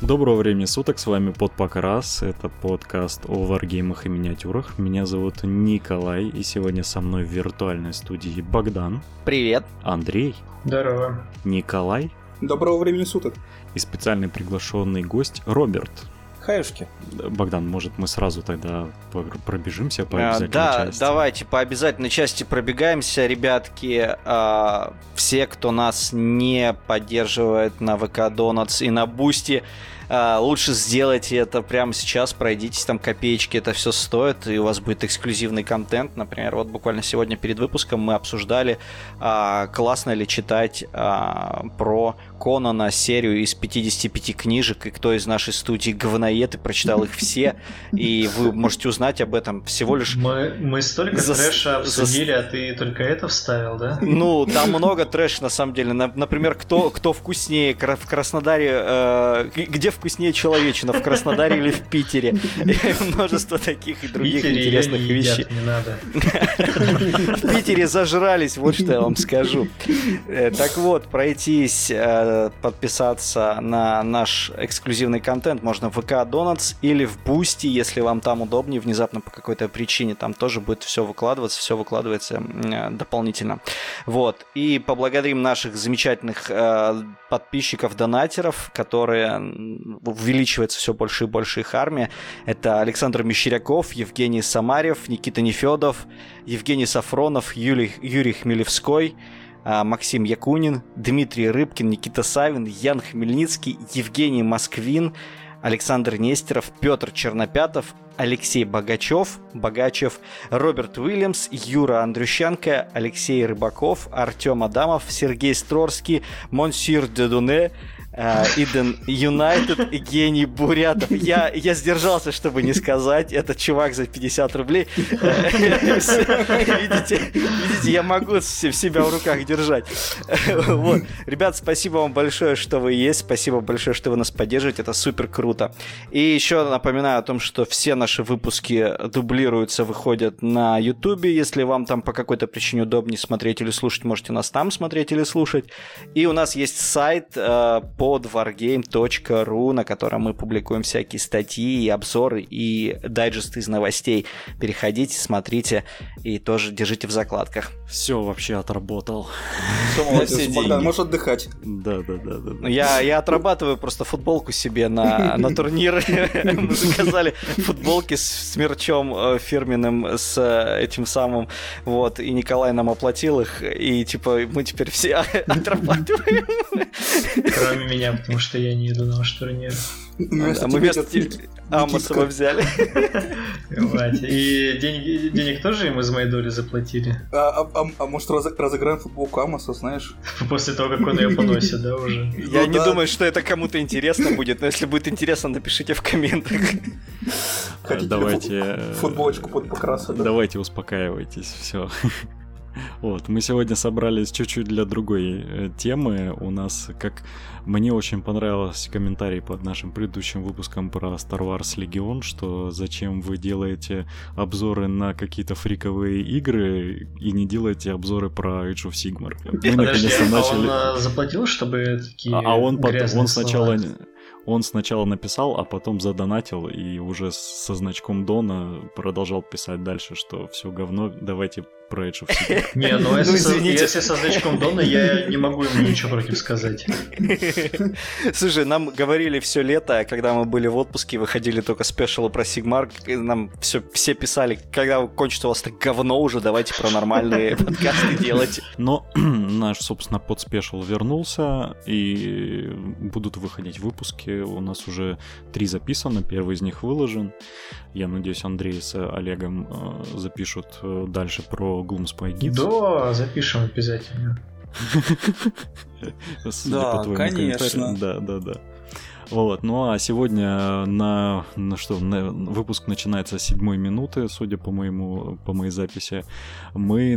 Доброго времени суток, с вами Подпокрас, это подкаст о варгеймах и миниатюрах. Меня зовут Николай, и сегодня со мной в виртуальной студии Богдан. Привет. Андрей. Здорово. Николай. Доброго времени суток. И специальный приглашенный гость Роберт. Хаюшки. Богдан, может, мы сразу тогда пробежимся по обязательной части? Да, давайте по обязательной части пробегаемся, ребятки. Все, кто нас не поддерживает на ВК Donuts и на Бусти, лучше сделайте это прямо сейчас, пройдитесь, там копеечки, это все стоит, и у вас будет эксклюзивный контент. Например, вот буквально сегодня перед выпуском мы обсуждали, классно ли читать про Конана серию из 55 книжек, и кто из нашей студии говноед и прочитал их все, и вы можете узнать об этом всего лишь... Мы столько трэша обсудили, а ты только это вставил, да? Ну, там много трэша, на самом деле. Например, кто вкуснее в Краснодаре, где вкуснее человечина, в Краснодаре или в Питере. И множество таких и других интересных вещей. Не надо. В Питере зажрались, вот что я вам скажу. Так вот, пройтись, подписаться на наш эксклюзивный контент можно в ВК Donuts или в Boosty, если вам там удобнее, внезапно по какой-то причине. Там тоже будет все выкладывается дополнительно. Вот. И поблагодарим наших замечательных подписчиков, донатеров, которые увеличивается все больше и больше их армия. Это Александр Мещеряков, Евгений Самарев, Никита Нефедов, Евгений Сафронов, Юрий Хмелевской, Максим Якунин, Дмитрий Рыбкин, Никита Савин, Ян Хмельницкий, Евгений Москвин, Александр Нестеров, Петр Чернопятов, Алексей Богачев, Роберт Уильямс, Юра Андрющенко, Алексей Рыбаков, Артем Адамов, Сергей Строрский, Монсир Дедуне, Иден Юнайтед, Гений Бурятов. Я сдержался, чтобы не сказать. Это чувак за 50 рублей. Видите, я могу себя в руках держать. Вот. Ребят, спасибо вам большое, что вы есть. Спасибо большое, что вы нас поддерживаете. Это супер круто. И еще напоминаю о том, что все наши выпуски дублируются, выходят на Ютубе. Если вам там по какой-то причине удобнее смотреть или слушать, можете нас там смотреть или слушать. И у нас есть сайт podwargame.ru, на котором мы публикуем всякие статьи и обзоры и дайджесты из новостей. Переходите, смотрите и тоже держите в закладках. Все вообще отработал. Все, молодец, Богдан, можешь отдыхать. Да. Я отрабатываю просто футболку себе на турнир. Мы заказали футболки с мерчом фирменным, с этим самым, вот, и Николай нам оплатил их, и типа мы теперь все отрабатываем. Кроме меня, потому что я не иду на ваш турнир. Мы вместо Амосова взяли. И денег тоже им из моей доли заплатили? А может разыграем футболку Амоса, знаешь? После того, как он ее поносит, да, уже? Я не думаю, что это кому-то интересно будет, но если будет интересно, напишите в комментах. Хотите футболочку под покраса? Давайте успокаивайтесь, все. Вот, мы сегодня собрались чуть-чуть для другой темы. У нас, как мне очень понравился комментарий под нашим предыдущим выпуском про Star Wars Legion, что зачем вы делаете обзоры на какие-то фриковые игры и не делаете обзоры про Age of Sigmar. Мы наконец-то начали... он заплатил, чтобы такие Он сначала написал, а потом задонатил и уже со значком Дона продолжал писать дальше, что все говно, давайте про Age of Sigmar. Не, ну если со значком Дона, я не могу ему ничего против сказать. Слушай, нам говорили все лето, когда мы были в отпуске, выходили только спешалы про Sigmar, нам все писали, когда кончится у вас так говно уже, давайте про нормальные подкасты делать. Но наш, собственно, подспешл вернулся, и будут выходить выпуски. У нас уже 3 записано, первый из них выложен. Я надеюсь, Андрей с Олегом запишут дальше про Gloomspite Kids. Да, запишем обязательно. Да, конечно. Да. Вот, ну а сегодня выпуск начинается с 7-й минуты, судя по моей записи. Мы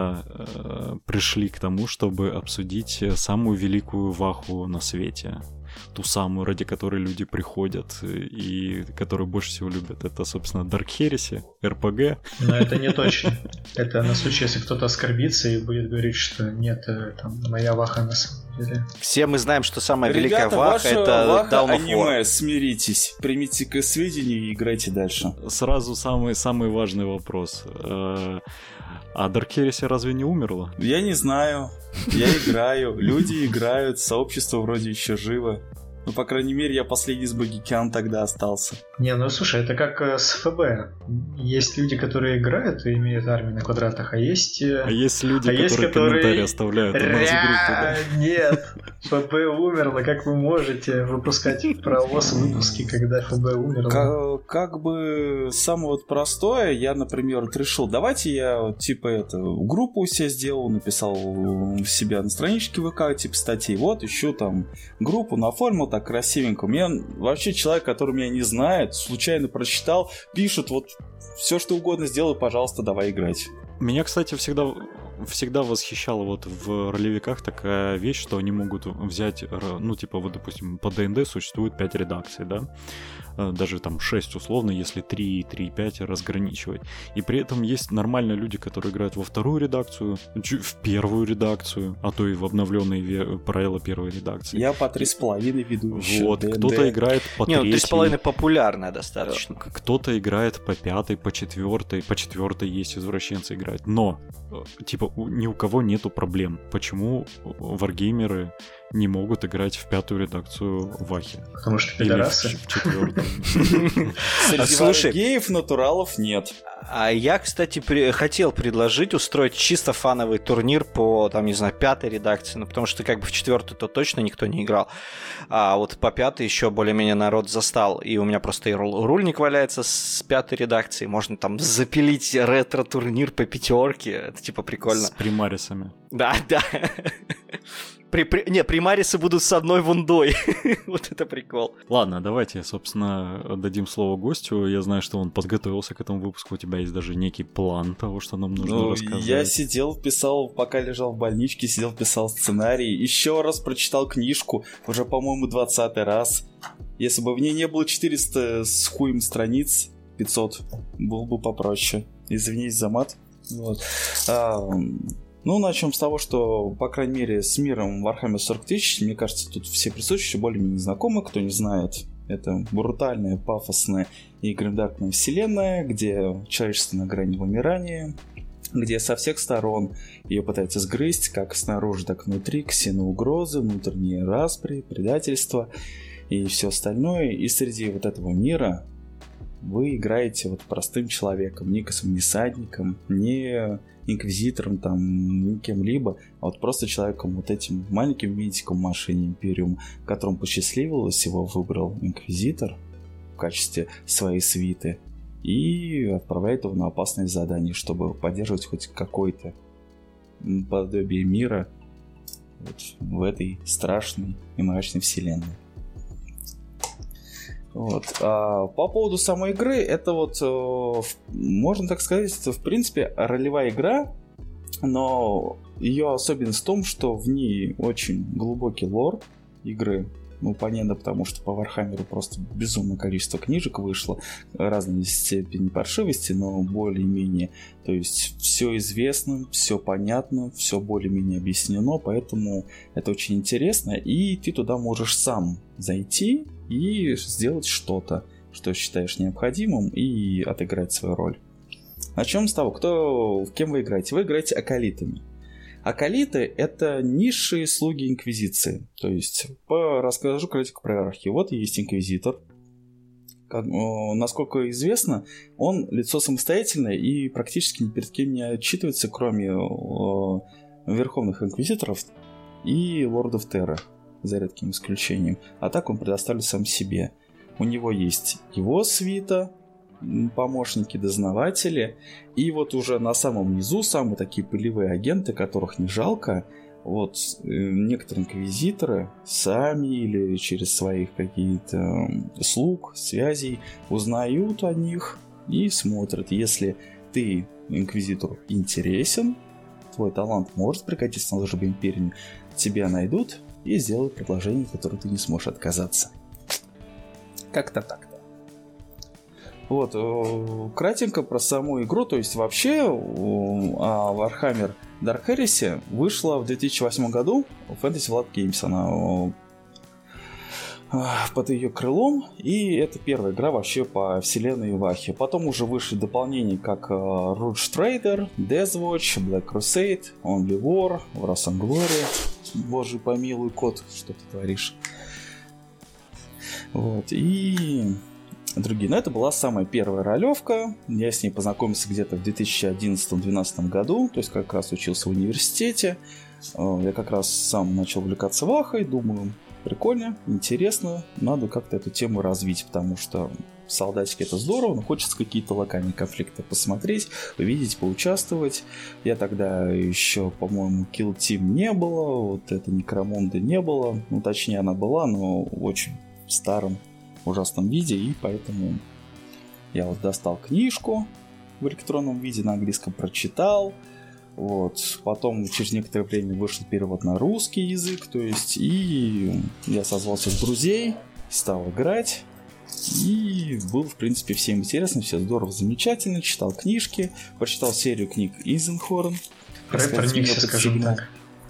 наконец-то пришли к тому, чтобы обсудить самую великую ваху на свете. ту самую, ради которой люди приходят и которую больше всего любят. Это, собственно, Dark Heresy, RPG. Но это не точно. Это на случай, если кто-то оскорбится и будет говорить, что нет, там, моя ваха на самом деле. Все мы знаем, что самая Ребята, великая ваха — это ваха Dawn of аниме, War. смиритесь, примите к сведению и играйте дальше. Сразу самый важный вопрос. А Dark Heresy разве не умерла? Я не знаю, я играю, люди играют, сообщество вроде еще живо. Ну, по крайней мере, я последний из Багикян тогда остался. Не, ну слушай, это как с ФБ. Есть люди, которые играют и имеют армию на квадратах, а есть... А есть люди, есть, которые комментарии оставляют у нас в группе, да? Нет, ФБ умерла. Как вы можете выпускать про ВОС выпуски, когда ФБ умерла? Как бы самое вот простое, я, например, вот решил, давайте я, типа, группу у себя сделал, написал у себя на страничке ВК, типа, статей, вот, ищу там группу, наформил так красивенько. У меня вообще человек, который меня не знает, случайно прочитал, пишет, вот, все что угодно сделай, пожалуйста, давай играть. Меня, кстати, всегда восхищала вот в ролевиках такая вещь, что они могут взять, ну, типа, вот, допустим, по ДНД существует 5 редакций, да? Даже там 6 условно, если 3, 3,5 разграничивать. И при этом есть нормальные люди, которые играют во вторую редакцию, в первую редакцию, а то и в обновленные правила первой редакции. Я по 3,5 веду еще. Вот, кто-то играет по 3. Не, ну 3,5 популярная достаточно. Кто-то играет по 5, по 4, по 4 есть извращенцы играют. Но, типа, ни у кого нету проблем. Почему варгеймеры не могут играть в 5 редакцию Вахи? Потому что пидорасы. Или в 4. Среди варгеев натуралов нет. А я, кстати, хотел предложить устроить чисто фановый турнир по, там, не знаю, 5 редакции, ну, потому что как бы в 4-то точно никто не играл, а вот по 5 еще более-менее народ застал, и у меня просто и рульник валяется с 5 редакции, можно там запилить ретро-турнир по 5, это типа прикольно. С примарисами. Да. Примарисы будут с одной вундой. Вот это прикол. Ладно, давайте, собственно, отдадим слово гостю. Я знаю, что он подготовился к этому выпуску. У тебя есть даже некий план того, что нам нужно рассказать. Я сидел, писал, пока лежал в больничке, писал сценарий. Еще раз прочитал книжку, уже, по-моему, 20-й раз. Если бы в ней не было 400 с хуем страниц, 500, было бы попроще. Извините за мат. Вот. Ну, начнем с того, что, по крайней мере, с миром Warhammer 40 тысяч, мне кажется, тут все присутствующие более-менее знакомы, кто не знает. Это брутальная, пафосная и гримдаркная вселенная, где человечество на грани вымирания, где со всех сторон ее пытаются сгрызть, как снаружи, так и внутри, ксеноугрозы, внутренние распри, предательство и все остальное. И среди вот этого мира вы играете вот простым человеком, не космонесадником, не инквизитором, там, не кем-либо, а вот просто человеком, вот этим маленьким винтиком в машине Империум, которому посчастливилось, его выбрал инквизитор в качестве своей свиты и отправляет его на опасное задание, чтобы поддерживать хоть какое-то подобие мира вот в этой страшной и мрачной вселенной. Вот. А по поводу самой игры, это вот, можно так сказать, это в принципе ролевая игра, но ее особенность в том, что в ней очень глубокий лор игры. Ну, понятно, потому что по Вархаммеру просто безумное количество книжек вышло, разной степени паршивости, но более-менее, то есть все известно, все понятно, все более-менее объяснено, поэтому это очень интересно, и ты туда можешь сам зайти и сделать что-то, что считаешь необходимым, и отыграть свою роль. Начнем с того, кем вы играете. Вы играете акалитами. Акалиты — это низшие слуги Инквизиции. То есть, расскажу кратко про иерархию. Вот есть Инквизитор. Насколько известно, он лицо самостоятельное и практически ни перед кем не отчитывается, кроме Верховных Инквизиторов и Лордов Терры, за редким исключением. А так он предоставлен сам себе. У него есть его свита, помощники, дознаватели, и вот уже на самом низу самые такие пылевые агенты, которых не жалко. Вот некоторые инквизиторы сами или через своих каких-то слуг, связей узнают о них и смотрят. Если ты инквизитору интересен, твой талант может прикатиться на службу империи, тебя найдут и сделают предложение, от которого ты не сможешь отказаться. Как-то так-то. Вот, кратенько про саму игру, то есть вообще Warhammer Dark Heresy вышла в 2008 году в Fantasy Flight Games, она под ее крылом, и это первая игра вообще по вселенной Вахи. Потом уже вышли дополнения, как Rouge Trader, Death Watch, Black Crusade, Only War, Wrath and Glory. Боже помилуй, кот, что ты творишь? Вот, и другие. Но это была самая первая ролевка. Я с ней познакомился где-то в 2011-2012 году, то есть как раз учился в университете. Я как раз сам начал увлекаться Вахой, думаю, прикольно, интересно, надо как-то эту тему развить, потому что солдатики это здорово, но хочется какие-то локальные конфликты посмотреть, увидеть, поучаствовать. Я тогда еще, по-моему, Kill Team не было, вот это Necromunda не было, ну точнее она была, но очень в старом ужасном виде, и поэтому я вот достал книжку в электронном виде, на английском прочитал. Вот. Потом через некоторое время вышел перевод на русский язык, то есть, и я созвался с друзей, стал играть, и был, в принципе, всем интересно, все здорово, замечательно, читал книжки, прочитал серию книг Изенхорн. Проникся, скажем так,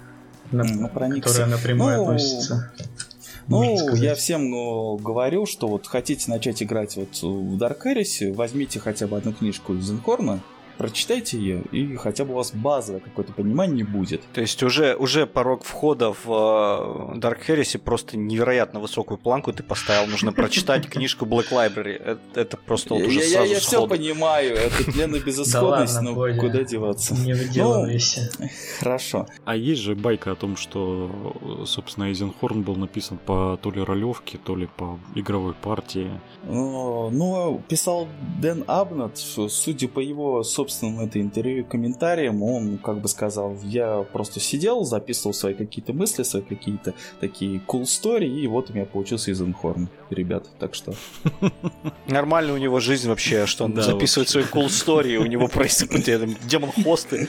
которая напрямую относится. Ну, я всем говорю, что вот хотите начать играть вот в Dark Heresy, возьмите хотя бы одну книжку Изенхорна, прочитайте ее, и хотя бы у вас базовое какое-то понимание будет. То есть уже порог входа в Dark Heresy просто невероятно высокую планку ты поставил. Нужно прочитать книжку Black Library. Это просто вот уже сразу я все понимаю, это тлен и безысходность, но куда деваться? Не выделывайся. Хорошо. А есть же байка о том, что, собственно, Эйзенхорн был написан по то ли ролевке, то ли по игровой партии. Ну, писал Дэн Абнет, судя по его собственному это интервью и комментариям, он как бы сказал, я просто сидел, записывал свои какие-то мысли, свои какие-то такие cool story, и вот у меня получился Изенхорн, ребят, так что... Нормально у него жизнь вообще, что он записывает свои cool story, у него происходит демон-хосты.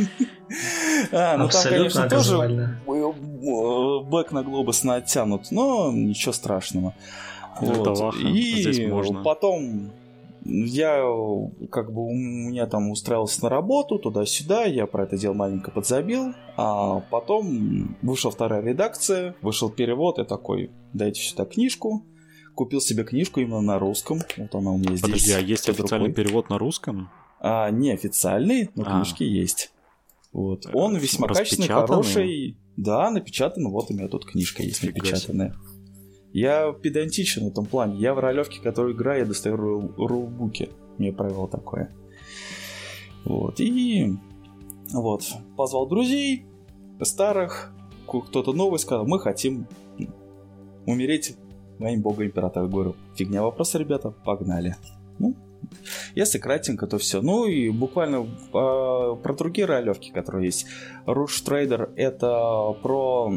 Ну там, конечно, тоже бэк на глобус натянут, но ничего страшного. И потом... Я, как бы, у меня там устраивался на работу, туда-сюда, я про это дело маленько подзабил, а потом вышла вторая редакция, вышел перевод, я такой, дайте сюда книжку, купил себе книжку именно на русском, вот она у меня здесь. Подожди, а есть официальный перевод на русском? Не официальный, но книжки есть. Вот. Он весьма качественный, хороший, да, напечатан, вот у меня тут книжка есть напечатанная. Я педантичен в этом плане. Я в ролевке, которую играю, я достаю рулбуки. У меня правило такое. Вот. И вот. Позвал друзей, старых, кто-то новый, сказал, мы хотим умереть во имя Бога Императора. Говорю, фигня вопроса, ребята, погнали. Ну, если кратенько, то все. Ну и буквально про другие ролевки, которые есть. Rouge Trader — это про...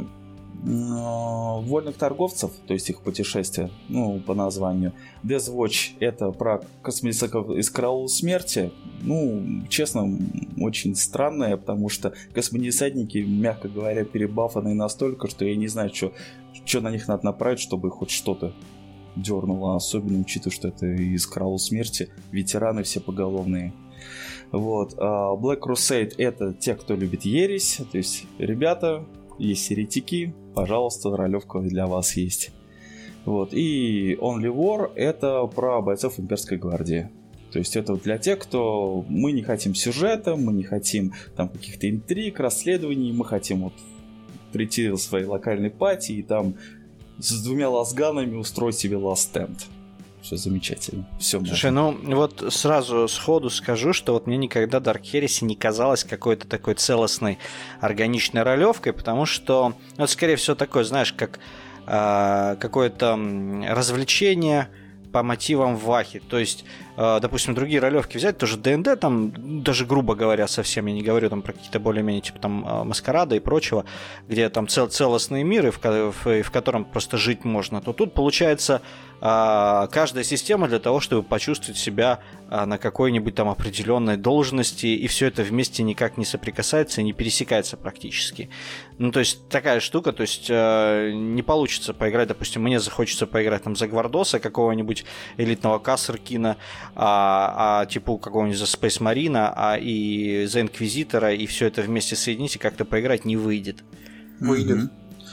вольных торговцев, то есть их путешествия, ну, по названию. Death Watch — это про космодесантников из Караула Смерти. Ну, честно, очень странное, потому что космодесантники, мягко говоря, перебафаны настолько, что я не знаю, что на них надо направить, чтобы хоть что-то дернуло, особенно учитывая, что это из Караула Смерти, ветераны все поголовные. Вот. Black Crusade — это те, кто любит ересь, то есть ребята, есть еретики, пожалуйста, ролевка для вас есть. Вот. И Only War — это про бойцов Имперской гвардии. То есть это для тех, кто... Мы не хотим сюжета, мы не хотим там каких-то интриг, расследований, мы хотим вот прийти в своей локальной пати и там с 2 лазганами устроить себе last stand. Все замечательно. Все. Слушай, ну вот сразу сходу скажу, что вот мне никогда Dark Heresy не казалась какой-то такой целостной, органичной ролевкой, потому что, ну, скорее всего, такое, знаешь, как какое-то развлечение по мотивам Вахи. То есть, допустим, другие ролевки взять, тоже ДНД, там, даже грубо говоря, совсем, я не говорю там про какие-то более-менее, типа там Маскарада и прочего, где там целостные миры, в котором просто жить можно, то тут получается каждая система для того, чтобы почувствовать себя на какой-нибудь там определенной должности, и все это вместе никак не соприкасается и не пересекается практически. Ну, то есть, такая штука, то есть, не получится поиграть, допустим, мне захочется поиграть там за Гвардоса, какого-нибудь элитного Кассеркина, типа какого-нибудь за Space Marine, и за Инквизитора, и все это вместе соединить и как-то поиграть не выйдет. Выйдет.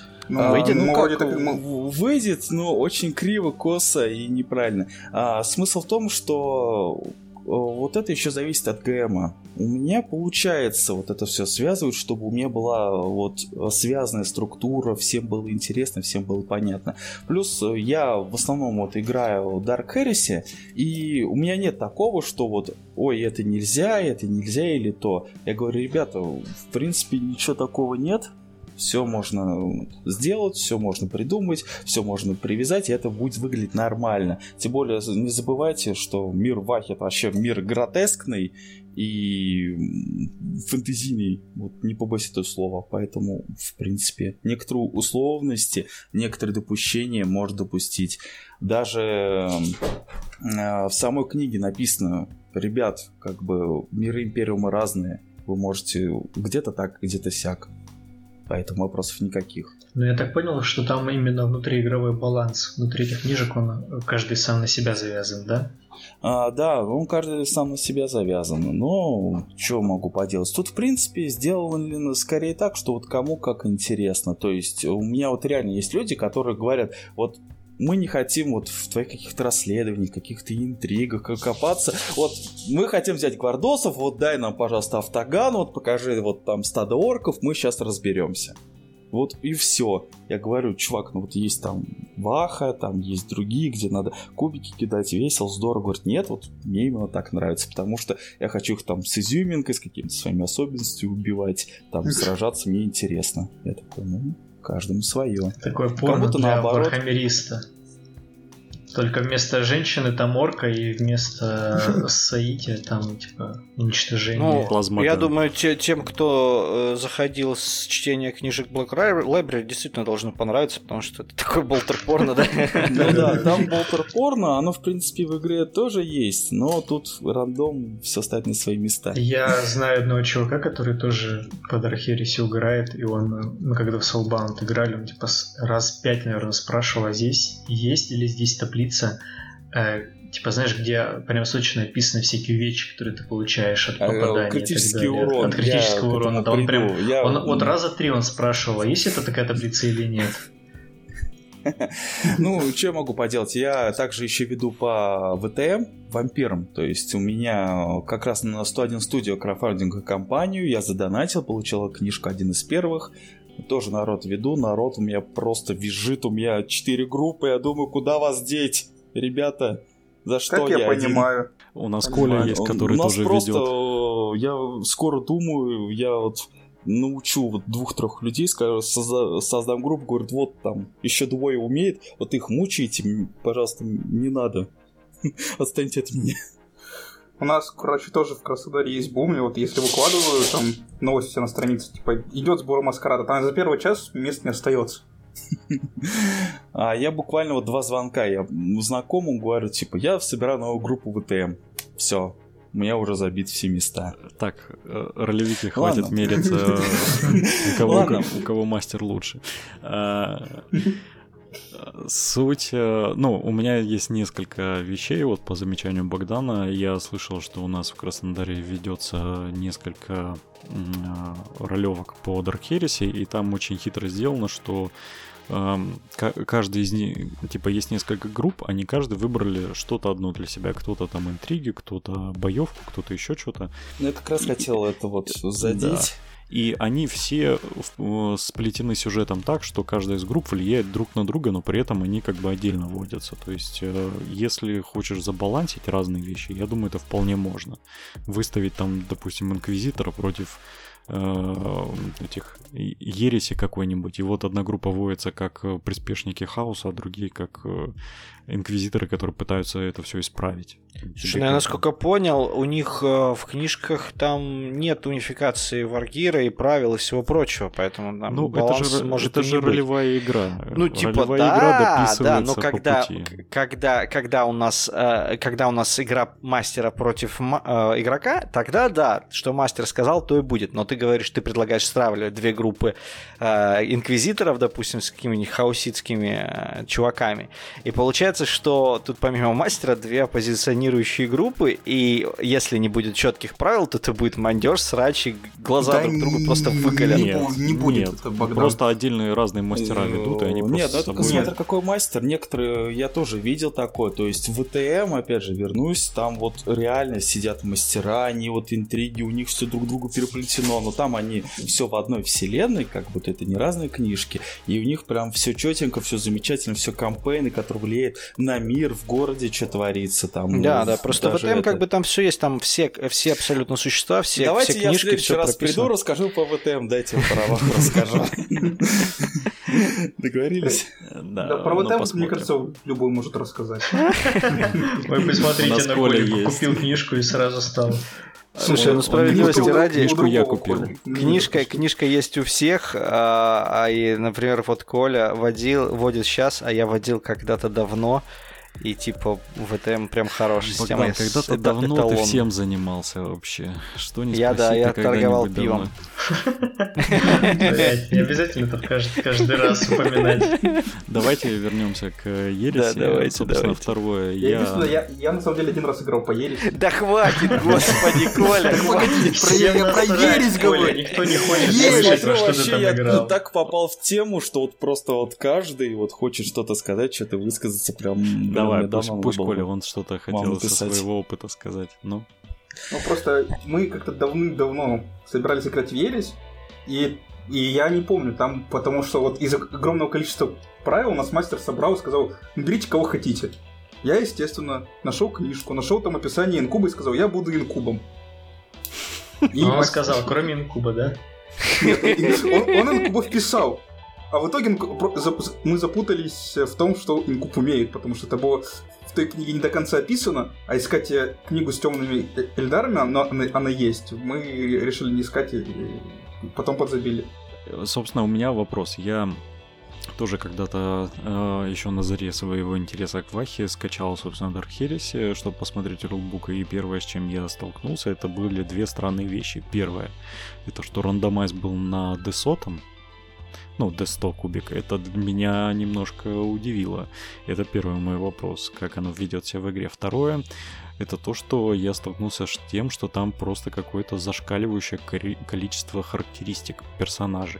Выйдет, но очень криво, косо и неправильно. Смысл в том, что вот это еще зависит от ГМа. У меня получается вот это все связывать, чтобы у меня была вот связанная структура, всем было интересно, всем было понятно. Плюс я в основном вот играю в Dark Heresy, и у меня нет такого, что вот, ой, это нельзя или то. Я говорю, ребята, в принципе ничего такого нет. Все можно сделать, все можно придумать, все можно привязать, и это будет выглядеть нормально. Тем более, не забывайте, что мир Вахи — это вообще мир гротескный и фэнтезийный, вот не побоюсь этого слова. Поэтому, в принципе, некоторые условности, некоторые допущения можно допустить. Даже в самой книге написано, ребят, как бы миры Империума разные, вы можете где-то так, где-то сяк. Поэтому вопросов никаких. Ну, я так понял, что там именно внутриигровой баланс. Внутри этих книжек он каждый сам на себя завязан, да? Да, он каждый сам на себя завязан. Но что могу поделать? Тут, в принципе, сделано скорее так, что вот кому как интересно. То есть у меня вот реально есть люди, которые говорят, вот мы не хотим вот в твоих каких-то расследованиях, каких-то интригах копаться. Вот мы хотим взять Гвардосов, вот дай нам, пожалуйста, автоган, вот покажи вот там стадо орков, мы сейчас разберемся. Вот и все. Я говорю, чувак, ну вот есть там Ваха, там есть другие, где надо кубики кидать, весело, здорово. Говорит, нет, вот мне именно так нравится, потому что я хочу их там с изюминкой, с какими-то своими особенностями убивать, там сражаться, мне интересно. Я такой, ну, каждому свое. Такое порно для вархаммериста. Только вместо женщины там орка, и вместо Саити там, типа, уничтожение. Ну, я думаю, тем, кто заходил с чтения книжек Black Library, действительно должно понравиться, потому что это такой болтер-порно, да? Ну да, там болтер-порно, оно, в принципе, в игре тоже есть, но тут рандом все ставит на свои места. Я знаю одного чувака, который тоже по Dark Heresy угорает, и он, ну, когда в Soulbound играли, он, типа, раз 5, наверное, спрашивал, а здесь есть или здесь таблица? Типа, знаешь, где прям сочно написаны всякие вещи, которые ты получаешь от попадания. Критический урон. От критического урона. Да, он прям, вот раза 3 он спрашивал, а есть это такая таблица или нет? Ну, что я могу поделать? Я также еще веду по ВТМ, вампирам. То есть у меня как раз на 101 Studio краудфандинговую компанию я задонатил, получил книжку один из первых. Тоже народ веду, народ у меня просто визжит, у меня 4 группы, я думаю, куда вас деть, ребята, за что как я понимаю. У нас Коля есть, который тоже ведет. Я скоро думаю, я вот научу вот 2-3 людей, скажу, создам группу, говорит, вот там еще 2 умеет, вот их мучаете, пожалуйста, не надо, отстаньте от меня. У нас, короче, тоже в Краснодаре есть бум, и вот если выкладываю там новости на странице, типа, идет сбор маскарада, там за первый час мест не остается. Я буквально вот 2 звонка, я знакомому говорю, типа, я собираю новую группу ВТМ, все, у меня уже забиты все места. Так, ролевики, хватит мериться, у кого мастер лучше. Суть, ну, у меня есть несколько вещей, вот по замечанию Богдана, я слышал, что у нас в Краснодаре ведется несколько ролевок по Dark Heresy, и там очень хитро сделано, что каждый из них, типа, есть несколько групп, они каждый выбрали что-то одно для себя, кто-то там интриги, кто-то боевку, кто-то еще что-то. Ну, я как раз хотел это вот задеть. Да. И они все сплетены сюжетом так, что каждая из групп влияет друг на друга, но при этом они как бы отдельно вводятся. То есть, если хочешь забалансить разные вещи, я думаю, это вполне можно. Выставить там, допустим, Инквизитора против этих ереси какой-нибудь, и вот одна группа воется как приспешники хаоса, а другие как инквизиторы, которые пытаются это все исправить. Слушай, я насколько понял, у них в книжках там нет унификации Варгира и правил и всего прочего, поэтому там баланс может это же не быть. Ролевая игра. Ну, типа, ролевая игра да, дописывается но когда у нас игра мастера против игрока, тогда да, что мастер сказал, то и будет. Но ты говоришь, ты предлагаешь стравливать две группы инквизиторов, допустим, с какими-нибудь хауситскими чуваками. И получается, что тут помимо мастера две оппозиционирующие группы, и если не будет четких правил, то это будет мандёж, срач, и глаза друг другу просто выколят. Не будет это, Богдан. Просто отдельные разные мастера ведут, и они Нет, просто это собой... смотря какой мастер. Некоторые я тоже видел такое. То есть в ВТМ, опять же, вернусь, там вот реально сидят мастера, они вот интриги, у них все друг другу переплетено, но там они все в одной вселенной, как будто это не разные книжки, и у них прям все четенько, все замечательно, все кампейны, которые влияют на мир, в городе, что творится там. Да, просто в ВТМ как бы там все есть, там все абсолютно существа, все Давайте книжки, я в следующий раз прописано. приду, расскажу по ВТМ, дайте в правах расскажу. Договорились? Да, про ВТМ, мне кажется, любой может рассказать. Вы посмотрите на Колю, купил книжку и сразу стал. Слушай, ну справедливости ради, книжку я купил. Книжка есть у всех, и, например, вот Коля водит сейчас, а я водил когда-то давно. И типа ВТМ прям хорошая система. Богдан, когда-то давно эталон. ты всем занимался вообще. Что не Я торговал пивом. Не обязательно это каждый раз упоминать. Давайте вернемся к Ереси. Давайте. Собственно, второе. Я на самом деле один раз играл по Ереси. Да хватит, господи, Коля, Про Ересь говорю. Никто не хочет слышать, во что ты там Я играл. так попал в тему, что вот просто вот каждый вот хочет что-то сказать, что-то высказаться прям. Давай, пусть Коля вон что-то хотел со своего опыта сказать. Ну, просто мы как-то давным-давно собирались играть в Ересь, и я не помню, там, потому что вот из огромного количества правил у нас мастер собрал и сказал, берите кого хотите. Я, естественно, нашел книжку, нашел там описание инкуба и сказал, я буду инкубом. И он сказал, кроме инкуба, да? Нет, он инкубов писал. А в итоге мы запутались в том, что инкуб умеет, потому что это было в той книге не до конца описано, а искать книгу с темными эльдарами, она есть. Мы решили не искать и потом подзабили. Собственно, у меня вопрос. Я тоже когда-то еще на заре своего интереса к Вахе скачал, собственно, Dark Heresy, чтобы посмотреть рулбук, и первое, с чем я столкнулся, это были две странные вещи. Первое, это что рандомайз был на D100, ну, D100 кубик, это меня немножко удивило. Это первый мой вопрос, как оно ведет себя в игре. Второе, это то, что я столкнулся с тем, что там просто какое-то зашкаливающее количество характеристик персонажей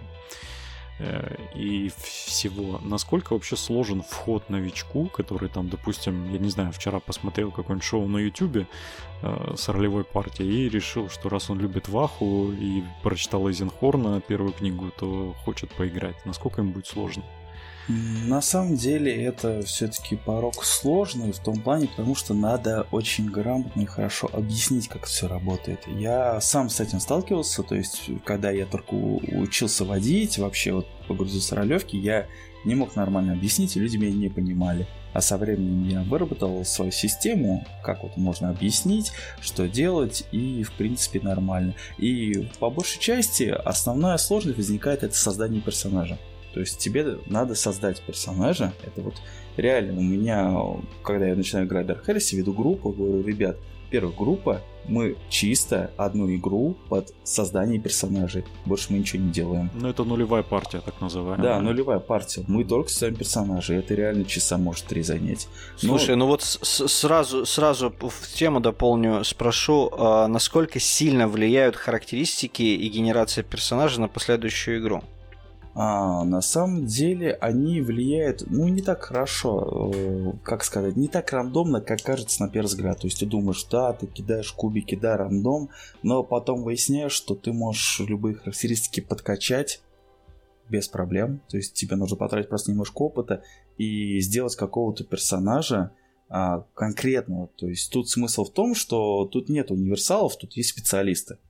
и всего. Насколько вообще сложен вход новичку, который там, допустим, я не знаю, вчера посмотрел какое-нибудь шоу на Ютубе с ролевой партией и решил, что раз он любит Ваху и прочитал Эйзенхорна первую книгу, то хочет поиграть. Насколько им будет сложно? На самом деле это все-таки порог сложный в том плане, потому что надо очень грамотно и хорошо объяснить, как все работает. Я сам с этим сталкивался, то есть когда я только учился водить, вообще вот погрузился в ролевки, я не мог нормально объяснить, и люди меня не понимали. А со временем я выработал свою систему, как вот можно объяснить, что делать, и в принципе нормально. И по большей части основная сложность возникает это создание персонажа. То есть тебе надо создать персонажа. Это вот реально у меня, когда я начинаю играть Dark Heresy, веду группу, говорю, ребят, первая группа, мы чисто одну игру под создание персонажей. Больше мы ничего не делаем. Ну, это нулевая партия, так называемая. Да, нулевая партия. Мы только создаем персонажей. Это реально часа может 3 занять. Слушай, ну вот сразу в тему дополню, спрошу, насколько сильно влияют характеристики и генерация персонажа на последующую игру? На самом деле они влияют, ну, не так хорошо, как сказать, не так рандомно, как кажется на первый взгляд. То есть ты думаешь, да, ты кидаешь кубики, да, рандом, но потом выясняешь, что ты можешь любые характеристики подкачать без проблем. То есть тебе нужно потратить просто немножко опыта и сделать какого-то персонажа конкретного. То есть тут смысл в том, что тут нет универсалов, тут есть специалисты.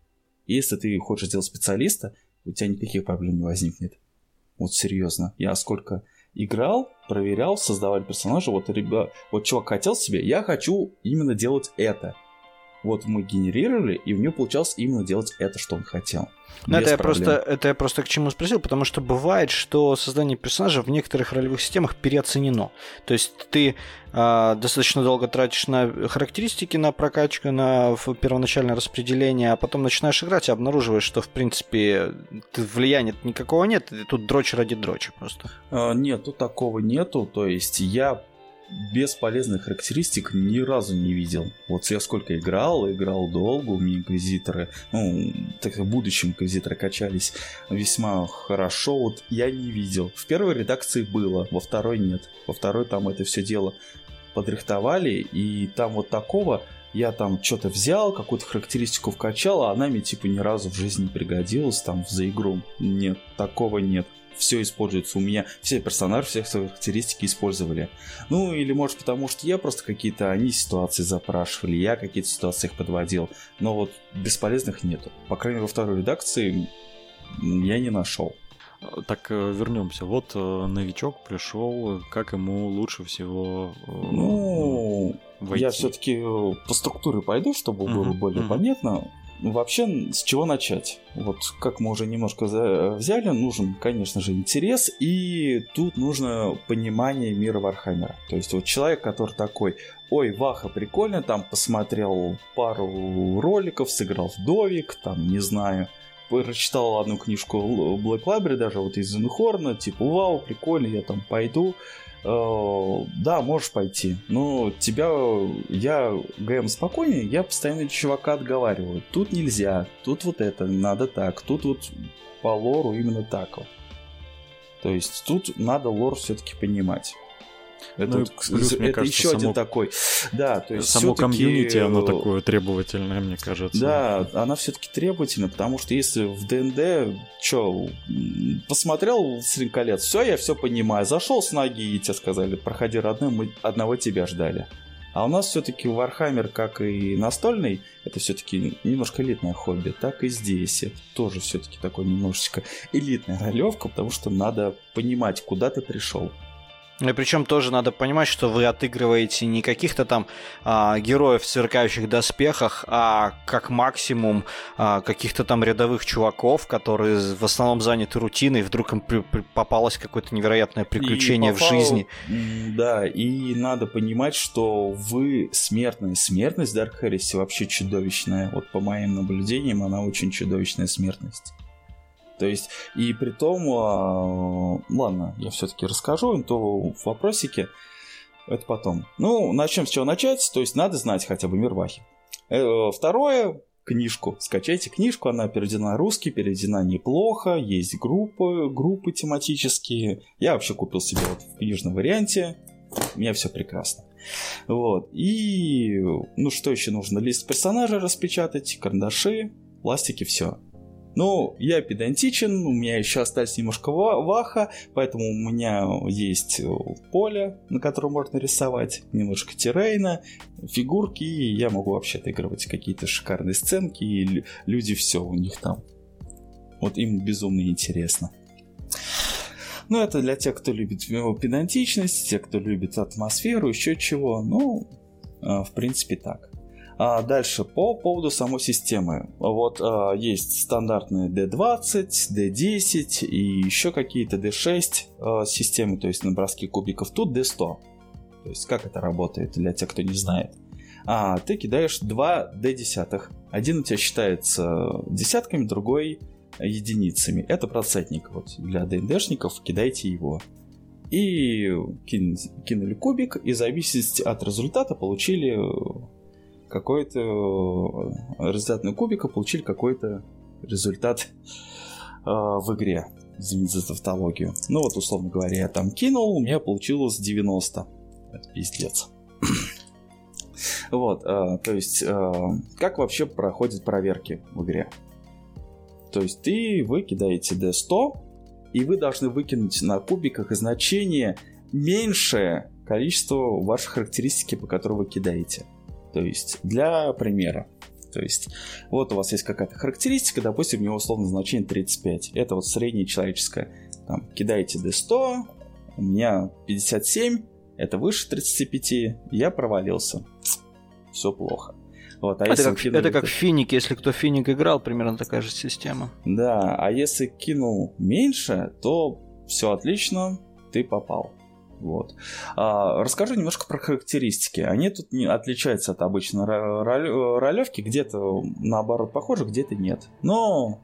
И если ты хочешь сделать специалиста, у тебя никаких проблем не возникнет. Вот серьезно. Я сколько играл, проверял, создавали персонажа. Вот чувак хотел себе, я хочу именно делать это. Вот мы генерировали, и у него получалось именно делать это, что он хотел. Ну, это я просто к чему спросил, потому что бывает, что создание персонажа в некоторых ролевых системах переоценено. То есть ты достаточно долго тратишь на характеристики, на прокачку, на первоначальное распределение, а потом начинаешь играть и обнаруживаешь, что, в принципе, влияния никакого нет, и тут дрочь ради дрочи просто. Нет, тут такого нету. То есть я без полезных характеристик ни разу не видел. Вот я сколько играл долго, у меня инквизиторы, так в будущем инквизиторы качались весьма хорошо, вот я не видел. В первой редакции было, во второй нет. Во второй там это все дело подрихтовали, и там вот такого я там что-то взял, какую-то характеристику вкачал, а она мне типа ни разу в жизни не пригодилась там за игру. Нет, такого нет. Все используется. У меня все персонажи, все характеристики использовали. Ну, или может потому, что я просто какие-то они ситуации запрашивали, я какие-то ситуации их подводил. Но вот бесполезных нету. По крайней мере, во второй редакции я не нашел. Так, вернемся. Вот новичок пришел, как ему лучше всего войти? Я все-таки по структуре пойду, чтобы было более понятно. Вообще, с чего начать? Вот как мы уже немножко взяли, нужен, конечно же, интерес, и тут нужно понимание мира Вархаммера. То есть вот человек, который такой, ой, Ваха, прикольно, там посмотрел пару роликов, сыграл в Довик, там, не знаю, прочитал одну книжку Black Library, даже вот из Инхорна, типа, вау, прикольно, я там пойду. Да, можешь пойти, но я ГМ спокойнее, я постоянно чувака отговариваю. Тут нельзя, тут вот это, надо так, тут вот по лору именно так вот. То есть тут надо лор все-таки понимать. Это, плюс, мне кажется, еще один такой. Да, то есть само комьюнити, оно такое требовательное, мне кажется. Да, она все-таки требовательна, потому что если в ДНД, посмотрел «Властелин колец», все, я все понимаю. Зашел с ноги, и тебе сказали, проходи, родной, мы одного тебя ждали. А у нас все-таки Warhammer, как и настольный, это все-таки немножко элитное хобби, так и здесь. Это тоже все-таки такой немножечко элитная ролевка, потому что надо понимать, куда ты пришел. И причем тоже надо понимать, что вы отыгрываете не каких-то там героев в сверкающих доспехах, а как максимум каких-то там рядовых чуваков, которые в основном заняты рутиной, вдруг им попалось какое-то невероятное приключение в жизни. Да, и надо понимать, что вы смертная. Смертность в Dark Heresy вообще чудовищная. Вот по моим наблюдениям, она очень чудовищная смертность. То есть, и при том, ладно, я все-таки расскажу, то в вопросике, это потом. Ну, начнем с чего начать, то есть надо знать хотя бы мир Вахи. Второе, книжку. Скачайте книжку, она переведена на русский, переведена неплохо, есть группы тематические. Я вообще купил себе вот в книжном варианте, у меня все прекрасно. Вот, и, ну, что еще нужно? Лист персонажа распечатать, карандаши, пластики, все. Ну, я педантичен, у меня еще остались немножко Ваха, поэтому у меня есть поле, на котором можно рисовать, немножко террейна, фигурки, и я могу вообще отыгрывать какие-то шикарные сценки, и люди все у них там. Вот им безумно интересно. Ну, это для тех, кто любит педантичность, тех, кто любит атмосферу, еще чего. Ну, в принципе, так. А дальше по поводу самой системы. Вот есть стандартные D20, D10 и еще какие-то D6 системы, то есть на броски кубиков. Тут D100. То есть как это работает для тех, кто не знает. Ты кидаешь 2 D10. Один у тебя считается десятками, другой единицами. Это процентник. Вот для ДНДшников кидайте его. И кинули кубик, и в зависимости от результата получили какой-то результат на кубика, получили какой-то результат в игре. Извините за тавтологию. Ну вот, условно говоря, я там кинул, у меня получилось 90. Это пиздец. Вот, то есть, как вообще проходят проверки в игре? То есть, вы кидаете D100, и вы должны выкинуть на кубиках значение меньшее количество вашей характеристики, по которой вы кидаете. То есть, для примера, То есть, вот у вас есть какая-то характеристика, допустим, у него условное значение 35. Это вот среднее человеческое. Там, кидаете D100, у меня 57, это выше 35, я провалился. Все плохо. Вот, это как финик, если кто финик играл, примерно такая же система. Да, а если кинул меньше, то все отлично, ты попал. Вот. Расскажу немножко про характеристики. Они тут не отличаются от обычной ролевки, где-то наоборот похожи, где-то нет. Но